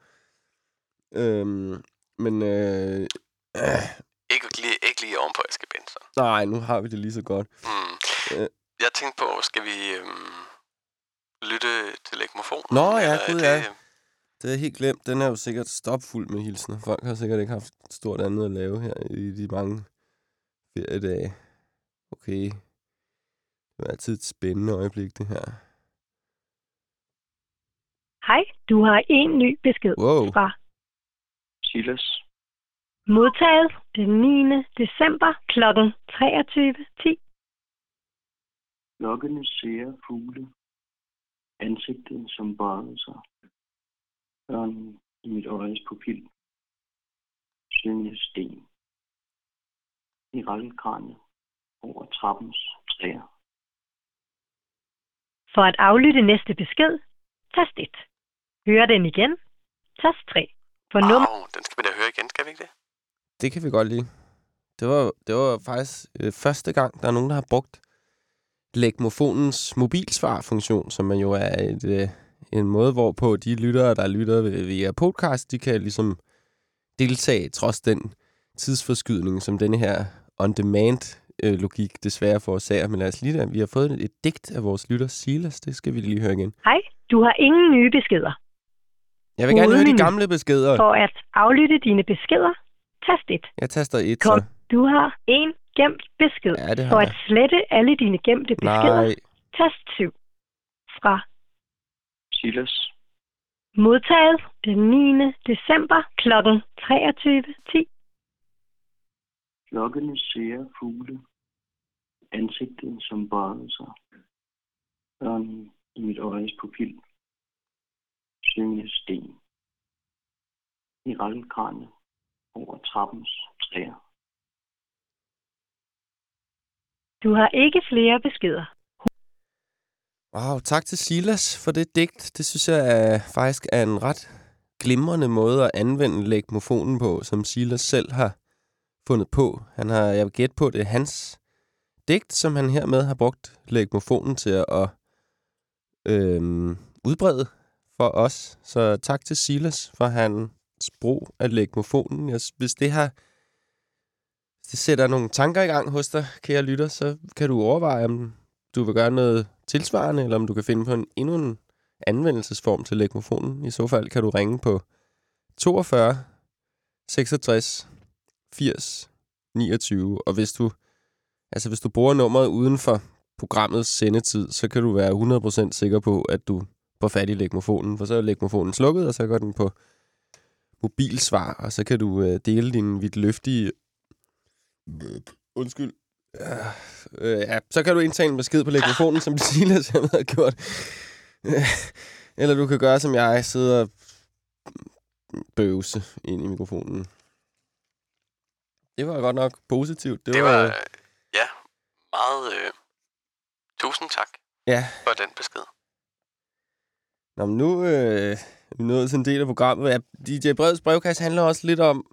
Ikke lige oven på Aske Benson. Nej, nu har vi det lige så godt. Jeg tænkte på, skal vi lytte til Legmofon? Nå ja, gud ja. Det er helt glemt. Den er jo sikkert stopfuld med hilsner. Folk har sikkert ikke haft stort andet at lave her i de mange feriedage. Okay. Det er altid et spændende øjeblik, det her. Hej, du har en ny besked fra Silas. Modtaget den 9. december kl. 23:10. Lokkende ser fugle. Ansigtet som bøjede sig. Ørnen i mit øjes pupil. Syngende sten. I rakkelkraniet over trappens træer. For at aflytte næste besked, tast 1. Hør den igen, tast 3. For nummer... Den skal vi da høre igen, skal vi ikke det? Det kan vi godt lide. Det var faktisk første gang, der er nogen, der har brugt Legmofonens mobilsvar-funktion, som jo er en måde, hvorpå de lyttere, der lytter via podcast, de kan ligesom deltage, trods den tidsforskydning, som denne her on-demand-logik desværre forårsager. Men lad os lige vi har fået et digt af vores lytter Silas. Det skal vi lige høre igen. Hej, du har ingen nye beskeder. Jeg vil gerne høre de gamle beskeder. For at aflytte dine beskeder, tast 1. Jeg taster 1, så. Du har en gemt besked. Ja, det har For jeg. at slette alle dine gemte beskeder, tast 7. Fra Silas. Modtaget den 9. december kl. 23:10. Lokkende ser fugle. Ansigtet som bøjede sig. Ørnen i mit øjes pupil. Syngende sten. I rakkelkraniet over trappens træer. Du har ikke flere beskeder. Wow, tak til Silas for det digt. Det synes jeg faktisk er en ret glimrende måde at anvende Legmofonen på, som Silas selv har fundet på. Jeg vil gætte på, det er hans digt, som han hermed har brugt Legmofonen til at udbrede for os. Så tak til Silas for hans brug af legmofonen. Hvis det sætter nogle tanker i gang hos dig, kære lytter, så kan du overveje, om du vil gøre noget tilsvarende, eller om du kan finde på endnu en anvendelsesform til legmofonen. I så fald kan du ringe på 42 66 80 29. Og hvis du bruger nummeret uden for programmets sendetid, så kan du være 100% sikker på, at du får fat i legmofonen. For så er legmofonen slukket, og så går den på mobilsvar, og så kan du dele din vidtløftige... Undskyld. Så kan du indtale en besked på legmofonen, som Silas har gjort. Eller du kan gøre, som jeg, sidder og bøvse ind i mikrofonen. Det var godt nok positivt. Det var ja, meget... tusind tak for den besked. Nå, men nu er vi nået til en del af programmet. Ja, DJ Brevs brevkasse handler også lidt om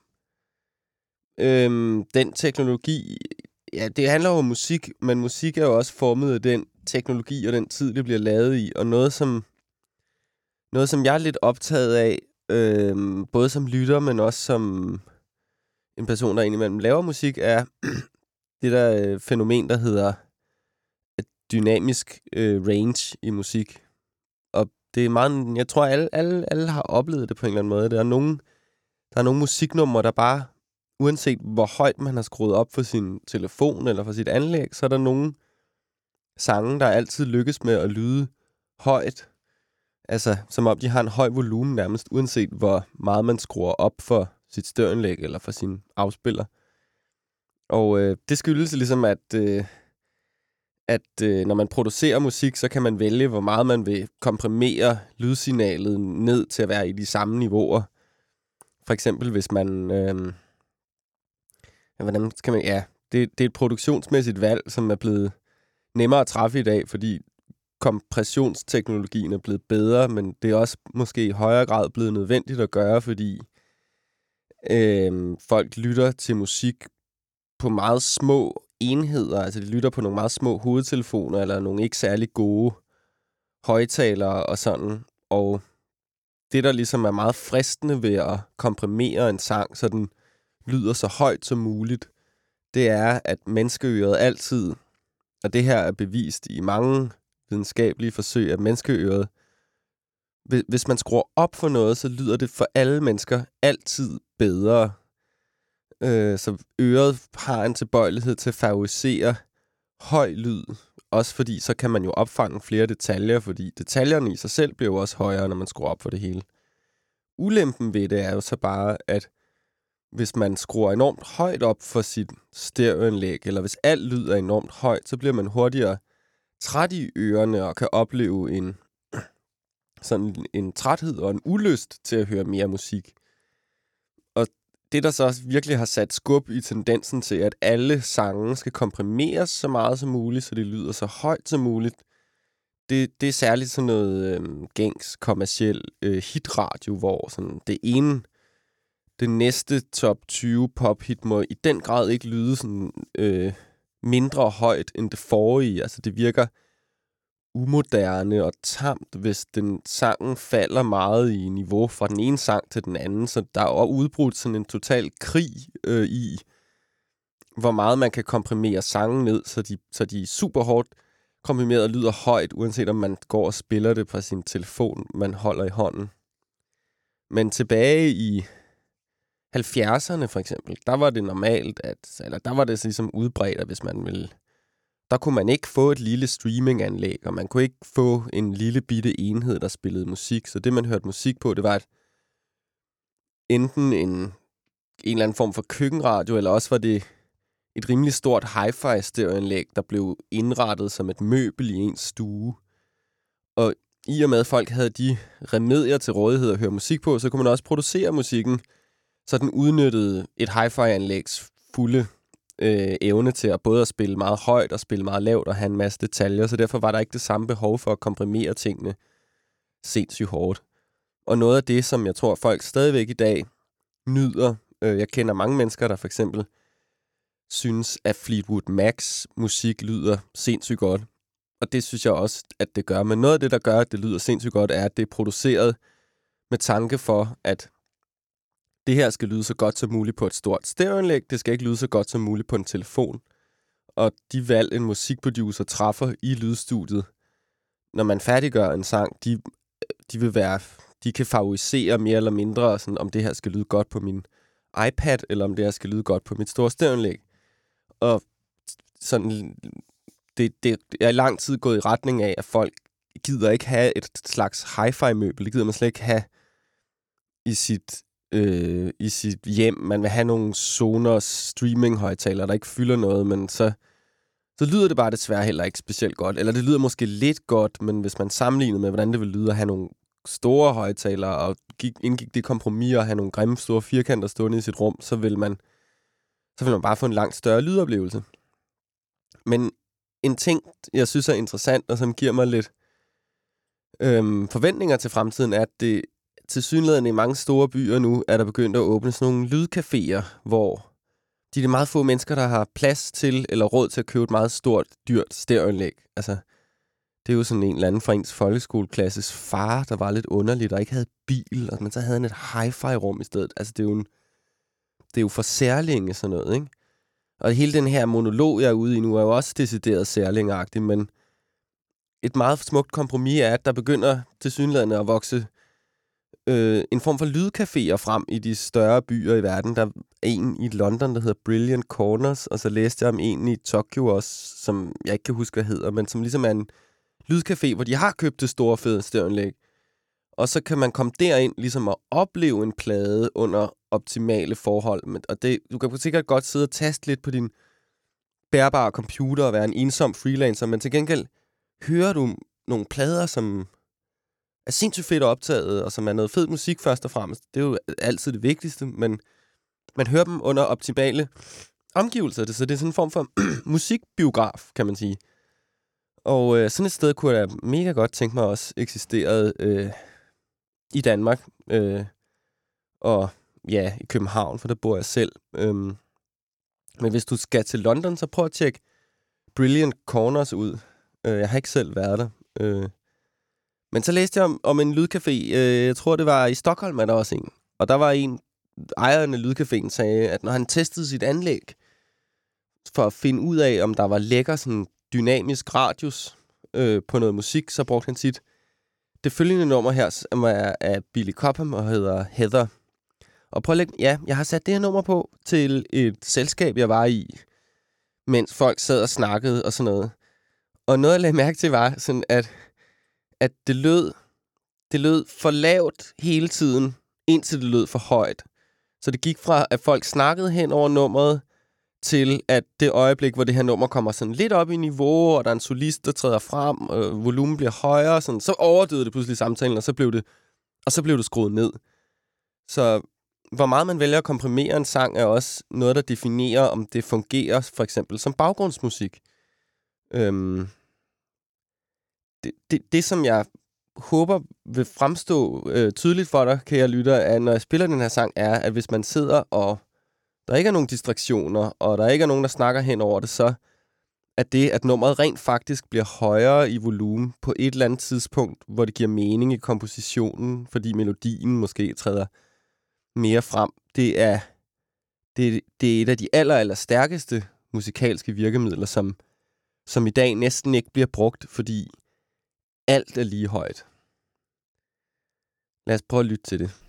den teknologi. Ja, det handler jo om musik, men musik er jo også formet af den teknologi og den tid, det bliver lavet i. Og noget, som jeg er lidt optaget af, både som lytter, men også som en person, der indimellem laver musik, er det der fænomen, der hedder dynamisk range i musik. Og det er meget... Jeg tror, alle har oplevet det på en eller anden måde. Der er nogle musiknumre, der bare, uanset hvor højt man har skruet op for sin telefon eller for sit anlæg, så er der nogle sange, der altid lykkes med at lyde højt. Altså, som om de har en høj volumen nærmest, uanset hvor meget man skruer op for sit stereoanlæg eller for sin afspiller. Og det skyldes ligesom, at når man producerer musik, så kan man vælge, hvor meget man vil komprimere lydsignalet ned til at være i de samme niveauer. For eksempel, hvis man... hvordan skal man... Ja, det er et produktionsmæssigt valg, som er blevet nemmere at træffe i dag, fordi kompressionsteknologien er blevet bedre, men det er også måske i højere grad blevet nødvendigt at gøre, fordi folk lytter til musik på meget små enheder, altså de lytter på nogle meget små hovedtelefoner, eller nogle ikke særlig gode højtalere og sådan, og det, der ligesom er meget fristende ved at komprimere en sang, så den lyder så højt som muligt, det er, at menneskeøret altid, og det her er bevist i mange videnskabelige forsøg, at menneskeøret, hvis man skruer op for noget, så lyder det for alle mennesker altid bedre. Så øret har en tilbøjelighed til at favorisere høj lyd, også fordi så kan man jo opfange flere detaljer, fordi detaljerne i sig selv bliver jo også højere, når man skruer op for det hele. Ulempen ved det er jo så bare, at hvis man skruer enormt højt op for sit stereoanlæg, eller hvis alt lyd er enormt højt, så bliver man hurtigere træt i ørerne og kan opleve en træthed og en ulyst til at høre mere musik. Og det, der så også virkelig har sat skub i tendensen til, at alle sange skal komprimeres så meget som muligt, så det lyder så højt som muligt, det er særligt sådan noget gængs kommerciel hitradio, hvor sådan det næste top 20 pophit må i den grad ikke lyde sådan mindre højt end det forrige. Altså det virker umoderne og tamt, hvis den sangen falder meget i niveau fra den ene sang til den anden. Så der er også udbrudt sådan en total krig i, hvor meget man kan komprimere sangen ned, så de er super hårdt komprimeret og lyder højt, uanset om man går og spiller det på sin telefon, man holder i hånden. Men tilbage i 70'erne for eksempel, der var det normalt, der var det ligesom udbredt, at hvis man ville, der kunne man ikke få et lille streaminganlæg, og man kunne ikke få en lille bitte enhed, der spillede musik. Så det, man hørte musik på, det var enten en eller anden form for køkkenradio, eller også var det et rimelig stort hi-fi stereoanlæg, der blev indrettet som et møbel i ens stue. Og i og med, at folk havde de remedier til rådighed at høre musik på, så kunne man også producere musikken, så den udnyttede et hi-fi-anlægs fulde evne til at både at spille meget højt og spille meget lavt og have en masse detaljer, så derfor var der ikke det samme behov for at komprimere tingene sindssygt hårdt. Og noget af det, som jeg tror, folk stadigvæk i dag nyder, jeg kender mange mennesker, der for eksempel synes, at Fleetwood Macs musik lyder sindssygt godt. og det synes jeg også, at det gør. Men noget af det, der gør, at det lyder sindssygt godt, er, at det er produceret med tanke for, at det her skal lyde så godt som muligt på et stort stereoanlæg. Det skal ikke lyde så godt som muligt på en telefon. Og de valg, en musikproducer træffer i lydstudiet, når man færdiggør en sang, de kan favorisere mere eller mindre, sådan, om det her skal lyde godt på min iPad, eller om det her skal lyde godt på mit store stereoanlæg. Og sådan, det er i lang tid gået i retning af, at folk gider ikke have et slags hi-fi-møbel. Det gider man slet ikke have i sit hjem. Man vil have nogle Sonos streaming-højtalere, der ikke fylder noget, men så lyder det bare desværre heller ikke specielt godt. Eller det lyder måske lidt godt, men hvis man sammenligner med, hvordan det vil lyde at have nogle store højtalere, og indgik det kompromis at have nogle grimme store firkanter stående i sit rum, så vil man bare få en langt større lydoplevelse. Men en ting, jeg synes er interessant, og som giver mig lidt forventninger til fremtiden, er, at det tilsyneladende i mange store byer nu, er der begyndt at åbne sådan nogle lydcaféer, hvor de er meget få mennesker, der har plads til eller råd til at købe et meget stort, dyrt stereoanlæg. Altså, det er jo sådan en eller anden fra ens folkeskoleklasses far, der var lidt underligt og ikke havde bil, og man så havde han et hi-fi-rum i stedet. Altså, det er jo for særlinge sådan noget, ikke? Og hele den her monolog, jeg er ude i nu, er jo også decideret særlingeagtig, men et meget smukt kompromis er, at der begynder tilsyneladende at vokse en form for lydcaféer frem i de større byer i verden. Der er en i London, der hedder Brilliant Corners, og så læste jeg om en i Tokyo også, som jeg ikke kan huske, hvad hedder, men som ligesom er en lydcafé, hvor de har købt det store, fede stereoanlæg. Og så kan man komme derind ligesom at opleve en plade under optimale forhold. Og du kan sikkert godt sidde og taste lidt på din bærbare computer og være en ensom freelancer, men til gengæld hører du nogle plader, som er sindssygt fedt optaget, og som er noget fed musik først og fremmest. Det er jo altid det vigtigste, men man hører dem under optimale omgivelser. Så det er sådan en form for musikbiograf, kan man sige. Og sådan et sted kunne jeg mega godt tænke mig også eksisterede i Danmark. Og ja, i København, for der bor jeg selv. Men hvis du skal til London, så prøv at tjekke Brilliant Corners ud. Jeg har ikke selv været der. Men så læste jeg om en lydcafé. Jeg tror, det var i Stockholm, er der også en. Og der var en, ejeren af lydcaféen sagde, at når han testede sit anlæg, for at finde ud af, om der var lækker sådan dynamisk radius på noget musik, så brugte han det følgende nummer her, som er af Billy Cobham og hedder Heather. Og prøv at lægge, jeg har sat det her nummer på til et selskab, jeg var i, mens folk sad og snakkede og sådan noget. Og noget, jeg lagde mærke til, var sådan, at det lød for lavt hele tiden, indtil det lød for højt. Så det gik fra, at folk snakkede hen over nummeret, til at det øjeblik, hvor det her nummer kommer sådan lidt op i niveau, og der er en solist, der træder frem, og volumen bliver højere, sådan, så overdøde det pludselig samtalen, og så blev det skruet ned. Så hvor meget man vælger at komprimere en sang, er også noget, der definerer, om det fungerer, for eksempel som baggrundsmusik. Det, som jeg håber vil fremstå tydeligt for dig, kære lytter, er, når jeg spiller den her sang, er, at hvis man sidder og der ikke er nogen distraktioner, og der ikke er nogen, der snakker hen over det, så er det, at nummeret rent faktisk bliver højere i volumen på et eller andet tidspunkt, hvor det giver mening i kompositionen, fordi melodien måske træder mere frem. Det er et af de aller stærkeste musikalske virkemidler, som i dag næsten ikke bliver brugt, fordi alt er lige højt. Lad os prøve at lytte til det.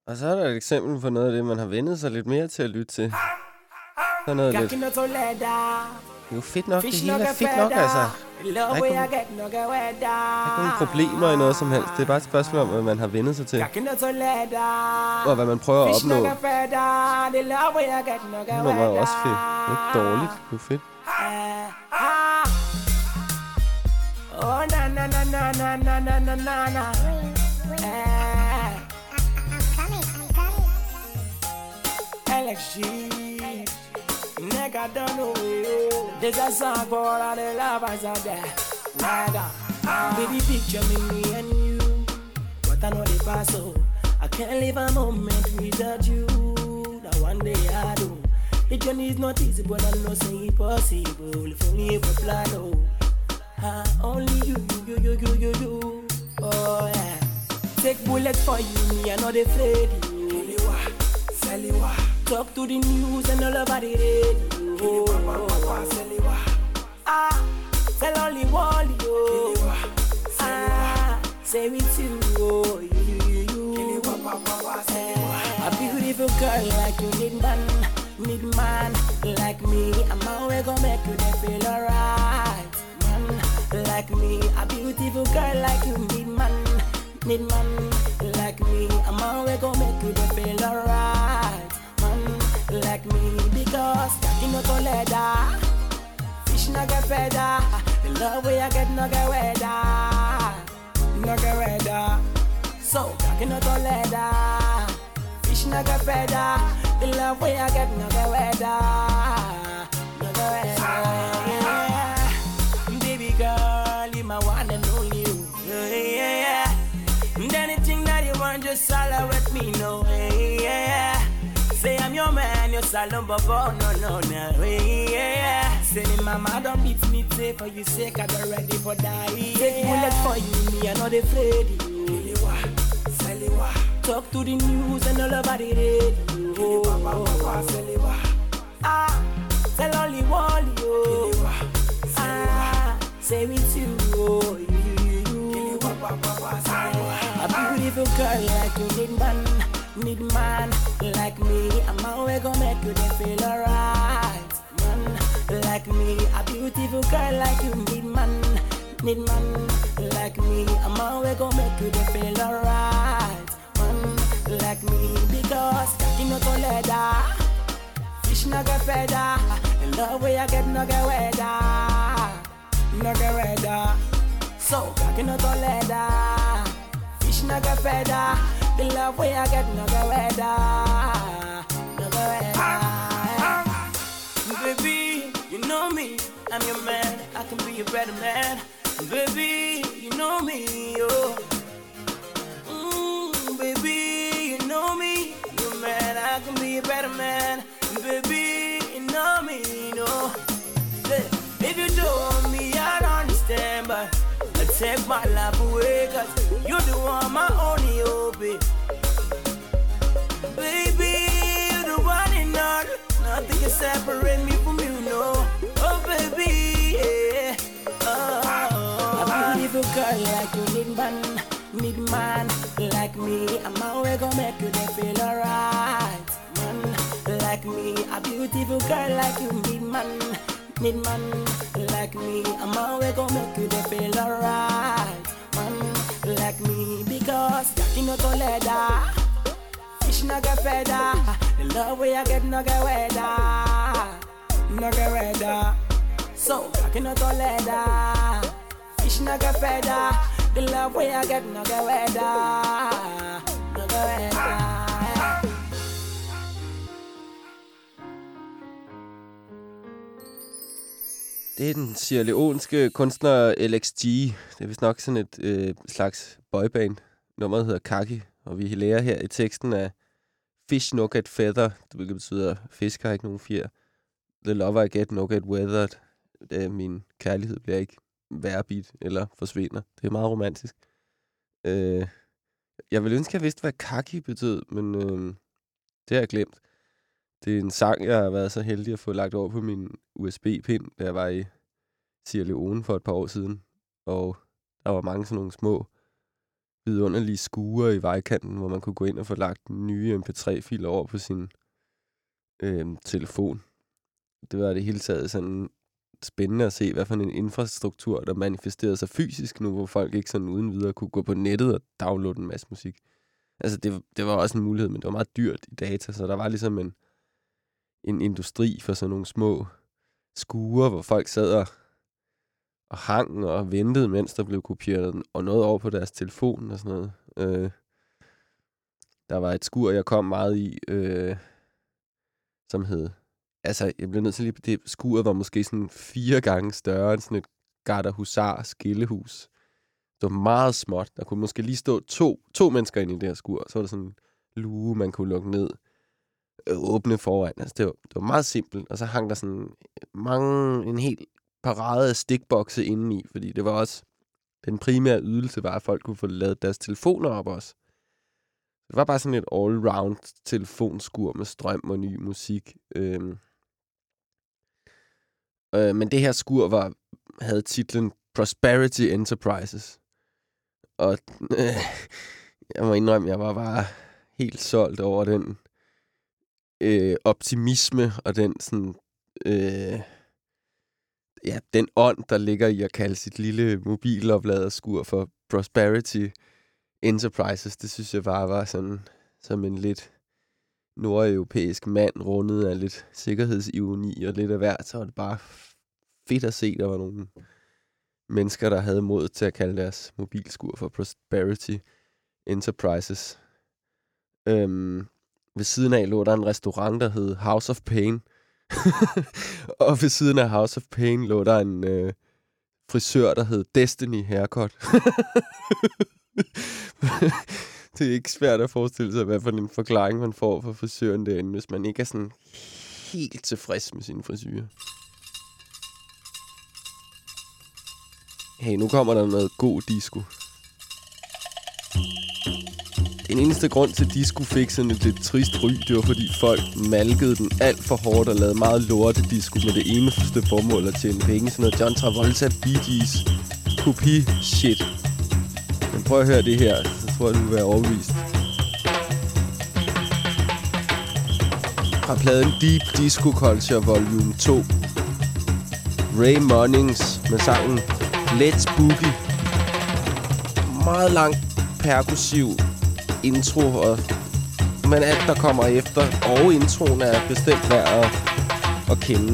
Og så er der et eksempel på noget af det, man har vendet sig lidt mere til at lytte til. Så noget lidt... Det er jo fedt nok, det hele er fedt nok, altså. Der er ikke nogen problemer i noget som helst. Det er bare et spørgsmål om, hvad man har vendet sig til. Og hvad man prøver at opnå. Det nummer er jo også fedt. Det er ikke dårligt. Det er fedt. Oh na na na na na na na na na na. Alex G, nigga don't know you. There's a song for all the lovers out there. Nigga, baby picture me and you. But I know the past, so I can't live a moment without you. That one day I do. The journey is not easy, but I know it's impossible. If only if we plan, oh. Only you. Oh yeah. Take bullet for you, me I not afraid you. Kiliwa, Saliwa. Talk to the news and all about the radio. Kiliwa, Saliwa. Tell only one you. Kiliwa, Saliwa. Say with you, oh you. Kiliwa, Saliwa. A beautiful girl like you need man like me. I'm always gonna make you feel alright. Like me, a beautiful girl like you need man like me. I'm always gonna make you feel alright, man, like me. Because cocky no to leather, fish no get feather. The love way I get no get weather. So cocky no to leather, fish no get feather. The love way I get no get weather. Girl, you my one and only you. Yeah. And anything that you want, just holler with me, no. Yeah. Say I'm your man, you're salon, but no. Yeah. Say me mama don't beat me safe for you sake, I'm ready for die. Take bullet for you, me I'm not afraid you. Kiliwa, Saliwa. Talk to the news and all about the radio. Saliwa. Tell only one you. Say with you, oh you. A beautiful girl like you need man like me. I'm always gonna make you feel alright, man, like me. A beautiful girl like you need man like me. I'm always gonna make you feel alright, man, like me. Because cocky no to leather, fish no get feather. The love way I get no get weather. No get weather. So cocky no to leather, fish no get feather. The love way I get no get weather. Baby, you know me, I'm your man. I can be a better man. Baby, you know me, oh. Baby, you know me, you're man. I can be a better man. Baby, you know me, no. If you don't me, I don't understand, but I take my life away, cause you're the one, my only hope. Baby, you're the one and all. Nothing can separate me from you, no. Oh, baby, yeah. A beautiful girl like you need man like me. I'm always gonna make you feel alright, man, like me. A beautiful girl like you need man like me. I'm always gonna make you feel alright, man, like me. Because cocky no to leather, fish no get feather. The love way I get no get weather. So cocky no to leather, fish no get feather. The love way I get no get weather. Det er den sierleonske kunstner LXG. Det er vist nok sådan et slags boyband. Nummeret hedder Kaki, og vi lærer her i teksten af Fish no get feather, hvilket betyder, fisk har ikke nogen fjer. The love I get no get weathered. Min kærlighed bliver ikke værbit eller forsvinder. Det er meget romantisk. Jeg vil ønske, at jeg vidste, hvad Kaki betød, men det har jeg glemt. Det er en sang, jeg har været så heldig at få lagt over på min USB-pind, da jeg var i Sierra Leone for et par år siden. Og der var mange sådan nogle små vidunderlige skure i vejkanten, hvor man kunne gå ind og få lagt nye MP3-filer over på sin telefon. Det var det hele taget sådan spændende at se, hvad for en infrastruktur, der manifesterede sig fysisk nu, hvor folk ikke sådan uden videre kunne gå på nettet og downloade en masse musik. Altså, det var også en mulighed, men det var meget dyrt i data, så der var ligesom en industri for sådan nogle små skure, hvor folk sad og hang og ventede, mens der blev kopieret og noget over på deres telefon og sådan noget. Der var et skur, jeg kom meget i, som hed... Altså, jeg blev nødt til lige... Det skuret var måske sådan 4 gange større end sådan et Garder Husar skillehus. Det var meget småt. Der kunne måske lige stå to mennesker inde i det her skur. Så var der sådan en luge, man kunne lukke ned. Åbne foran. Altså, det var meget simpelt. Og så hang der sådan en helt parade af stikbokse indeni. Fordi det var også... Den primære ydelse var, at folk kunne få lavet deres telefoner op også. Det var bare sådan et all-round telefonskur med strøm og ny musik. Men det her skur havde titlen Prosperity Enterprises. Og jeg må indrømme, jeg var bare helt solgt over den optimisme og den sådan... den ånd, der ligger i at kalde sit lille mobilopladerskur for Prosperity Enterprises. Det synes jeg bare var sådan som en lidt nordeuropæisk mand rundet af lidt sikkerhedsironi og lidt af hvert. Så var det bare fedt at se, der var nogle mennesker, der havde mod til at kalde deres mobilskur for Prosperity Enterprises. Ved siden af lå der en restaurant, der hed House of Pain. Og ved siden af House of Pain lå der en frisør, der hed Destiny Haircut. Det er ikke svært at forestille sig, hvad for en forklaring man får for frisøren derinde, hvis man ikke er sådan helt tilfreds med sin frisyr. Hey, nu kommer der noget god disco. Den eneste grund til, at disco fik sådan et lidt trist ry, det var fordi folk malkede den alt for hårdt og lavede meget lorte disco med det eneste formål at tjene penge. Sådan noget John Travolta, Bee Gees, kopi shit. Men prøv at høre det her, så tror jeg, du vil være overbevist. Fra pladen Deep Disco Culture Volume 2. Ray Munnings med sangen Let's Boogie. Meget lang perkussiv intro, men alt der kommer efter og introen er bestemt værd at kende.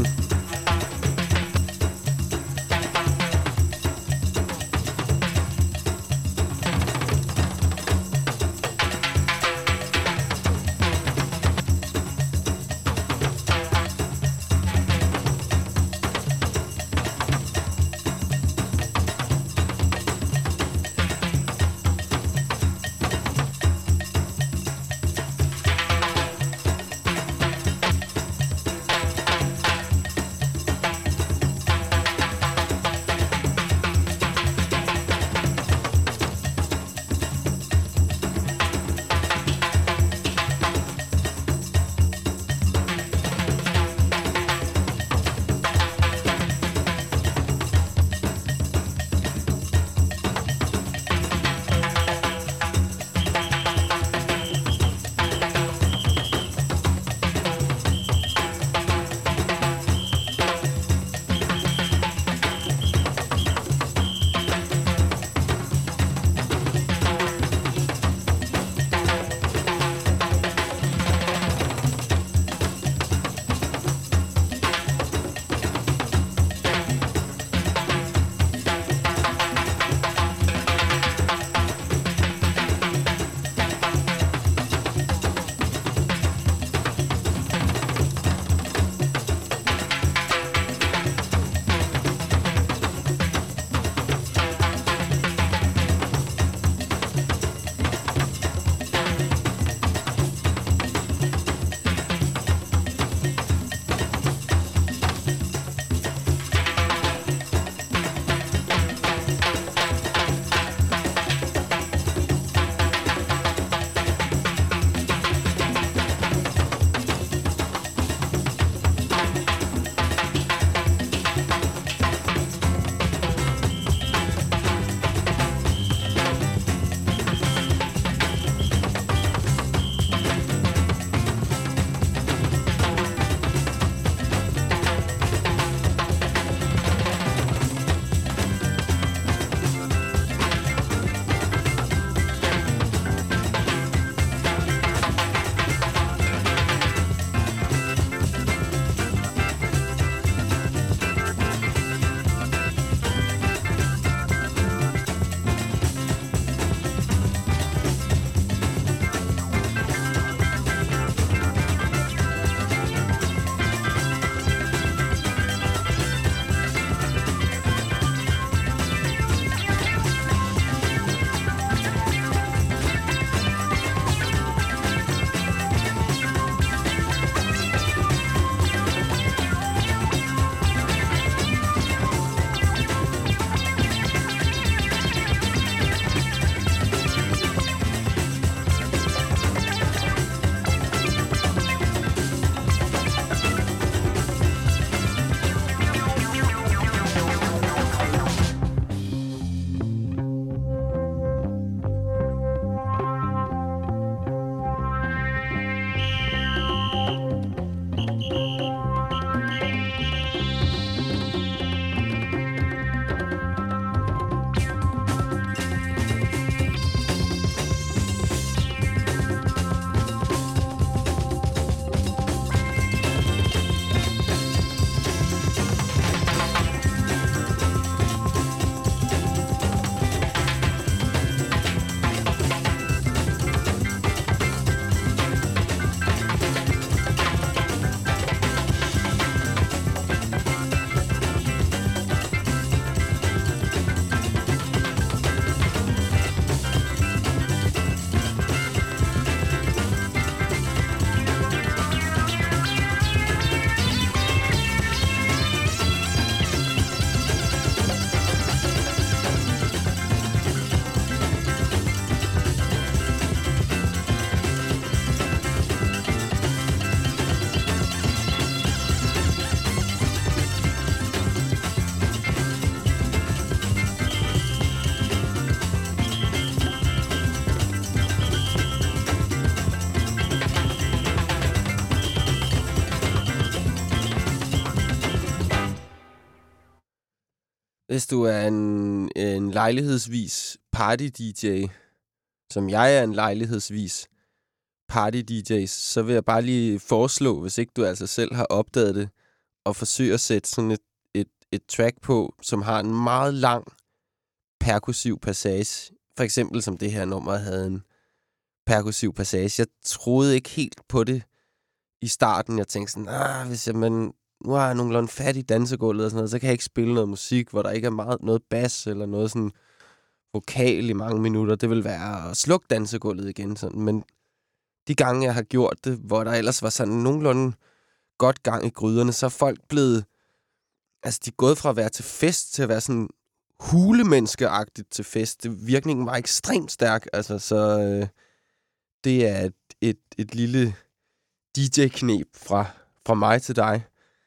Hvis du er en lejlighedsvis party-DJ, som jeg er en lejlighedsvis party-DJ, så vil jeg bare lige foreslå, hvis ikke du altså selv har opdaget det, og forsøge at sætte sådan et track på, som har en meget lang perkussiv passage. For eksempel som det her nummer havde en perkussiv passage. Jeg troede ikke helt på det i starten. Jeg tænkte sådan, hvis nu har jeg nogenlunde fat i dansegulvet og sådan noget, så kan jeg ikke spille noget musik, hvor der ikke er noget bas eller noget sådan vokal i mange minutter. Det vil være at slukke dansegulvet igen. Sådan. Men de gange, jeg har gjort det, hvor der ellers var sådan nogenlunde godt gang i gryderne, så er folk blevet... Altså, de er gået fra at være til fest til at være sådan hulemenneskeagtigt til fest. Virkningen var ekstremt stærk, altså, så det er et lille DJ-knep fra mig til dig.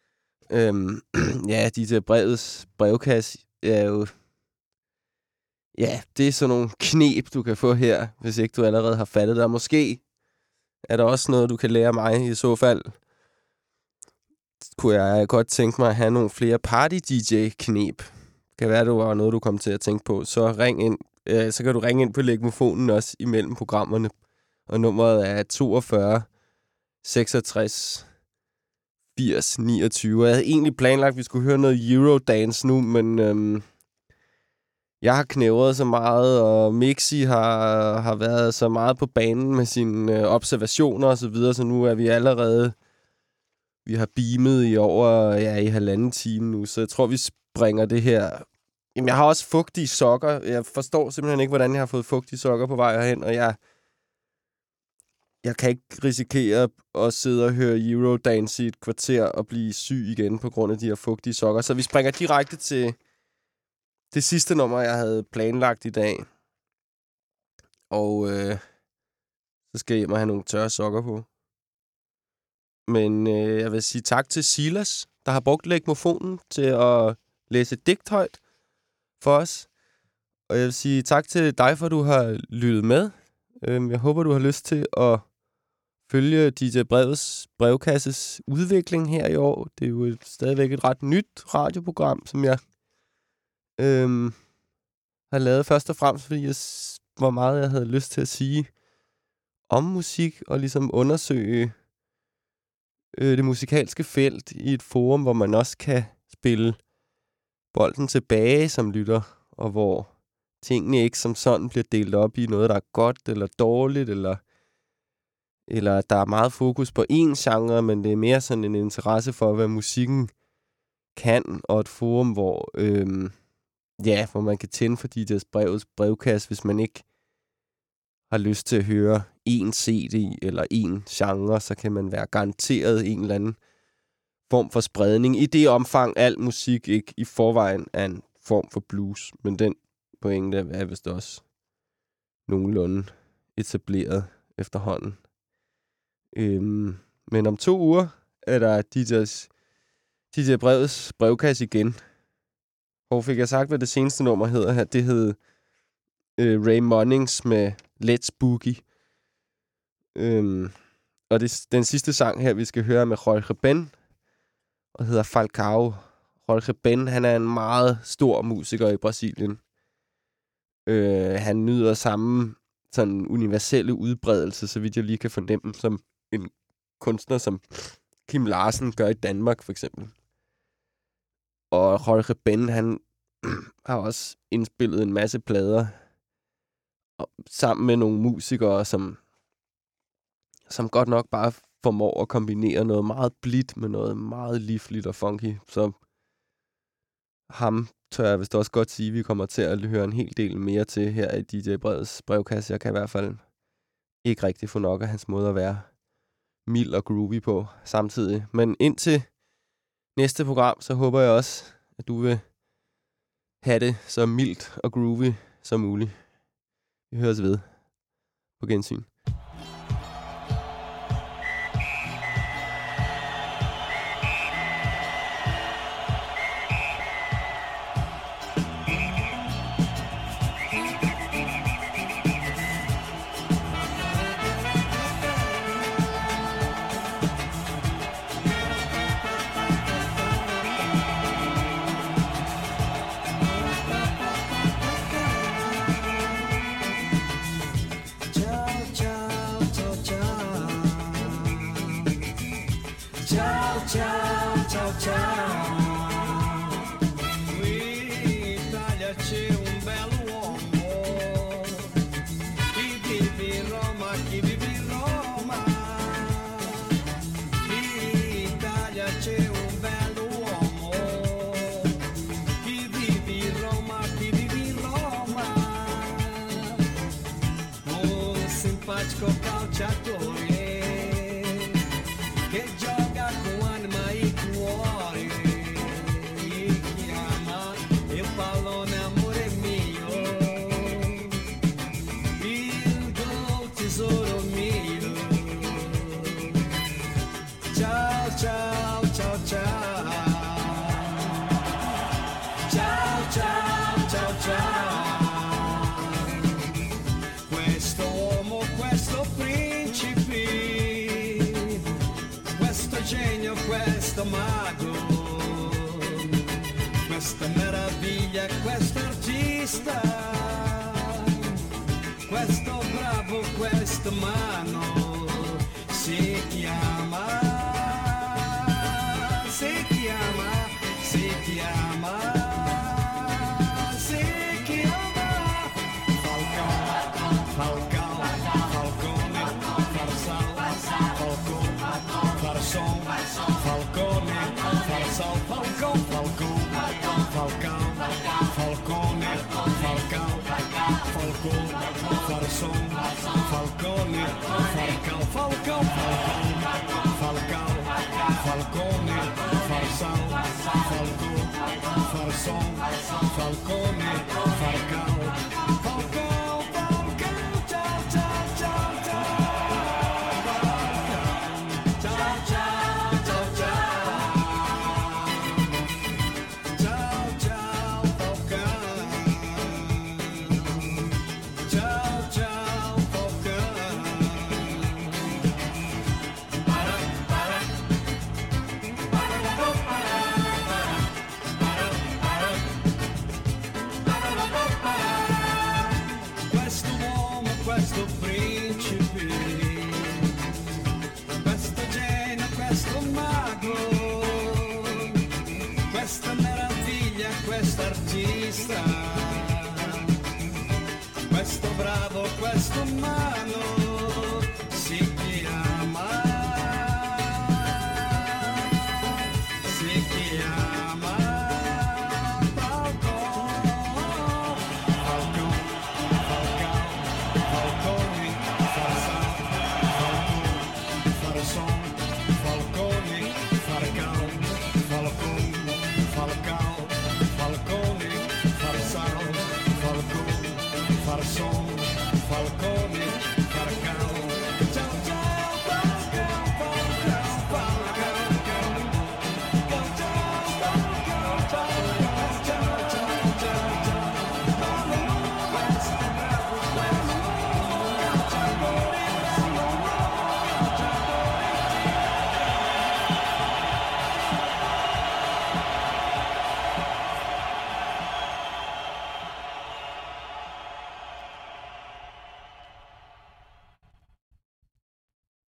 Ja, DJ Brevets brevkasse er jo... Ja, det er sådan nogle knep, du kan få her, hvis ikke du allerede har fattet det. Og måske er der også noget, du kan lære mig i så fald. Kunne jeg godt tænke mig at have nogle flere party-DJ-knep. Det kan være, det var noget, du kom til at tænke på. Så ring ind. Så kan du ringe ind på Legmofonen også imellem programmerne. Og nummeret er 42 66 80 29. Jeg havde egentlig planlagt, at vi skulle høre noget Eurodance nu, men jeg har knævret så meget, og Mixi har været så meget på banen med sine observationer og så videre, så nu er vi allerede... Vi har beamet i over i 1,5 time nu, så jeg tror, vi springer det her. Jamen, jeg har også fugtige sokker. Jeg forstår simpelthen ikke, hvordan jeg har fået fugtige sokker på vej herhen, og jeg kan ikke risikere at sidde og høre Eurodance i et kvarter og blive syg igen på grund af de her fugtige sokker. Så vi springer direkte til det sidste nummer, jeg havde planlagt i dag. Og så skal jeg hjem og have nogle tørre sokker på. Men jeg vil sige tak til Silas, der har brugt Legmofonen til at læse digt højt for os. Og jeg vil sige tak til dig, for du har lyttet med. Jeg håber, du har lyst til at følge DJ Brevets brevkasses udvikling her i år. Det er jo stadigvæk et ret nyt radioprogram, som jeg har lavet først og fremmest, fordi hvor meget jeg havde lyst til at sige om musik og ligesom undersøge det musikalske felt i et forum, hvor man også kan spille bolden tilbage som lytter, og hvor tingene ikke som sådan bliver delt op i noget, der er godt eller dårligt, eller der er meget fokus på én genre, men det er mere sådan en interesse for, hvad musikken kan, og et forum, hvor man kan tænde for DJ's brevkasse, hvis man ikke har lyst til at høre en CD eller en genre, så kan man være garanteret en eller anden form for spredning. I det omfang, al musik ikke i forvejen er en form for blues, men den pointe er vist også nogenlunde etableret efterhånden. Men om 2 uger er der DJ Brevets brevkasse igen. Og fik jeg sagt, hvad det seneste nummer hedder her? Det hed Ray Munnings med Let's Boogie. Og den sidste sang her, vi skal høre, med Jorge Ben, og hedder Falcao. Jorge Ben, han er en meget stor musiker i Brasilien. Han nyder samme sådan universelle udbredelse, så vidt jeg lige kan fornemme, som en kunstner som Kim Larsen gør i Danmark, for eksempel. Og Jorge Ben, han har også indspillet en masse plader sammen med nogle musikere, som godt nok bare formår at kombinere noget meget blidt med noget meget livligt og funky. Så ham tør jeg vist også godt sige, at vi kommer til at høre en hel del mere til her i DJ Brevets brevkasse. Jeg kan i hvert fald ikke rigtig få nok af hans måde at være mild og groovy på samtidig. Men indtil næste program, så håber jeg også, at du vil have det så mildt og groovy som muligt. Vi høres ved. På gensyn. ciao, ciao, ciao. Qui in Italia c'è un bell'uomo, chi vive in Roma, chi vive in Roma. Qui in Italia c'è un bell'uomo, chi vive in Roma, chi vive in Roma. Un simpatico calciatore che gioca con anima e cuore, mi chiama il pallone amore mio, il gol tesoro mio. Ciao ciao ciao ciao, ciao ciao ciao ciao. Questo uomo, questo principe, questo genio, questo mago, questa meraviglia, questo artista, questo bravo, questo umano, si chiama, si chiama, si chiama, si chiama Falcao, Falcao, Falcone, Farsal, Falcone, Farson, Falcone, Farsal, Falcon, Falcon, Falcao, Falcone, Falcao, Falcon, Farson, Falcone, Falcao, Falcon, Falcao, Falcone, Farsal, Falcon, Farson, Falcone, Falcao, Falcao, Falcao, ciao, ciao, ciao, ciao. Questo principe, questo genio, questo mago, questa meraviglia, questo artista, questo bravo, questo mago.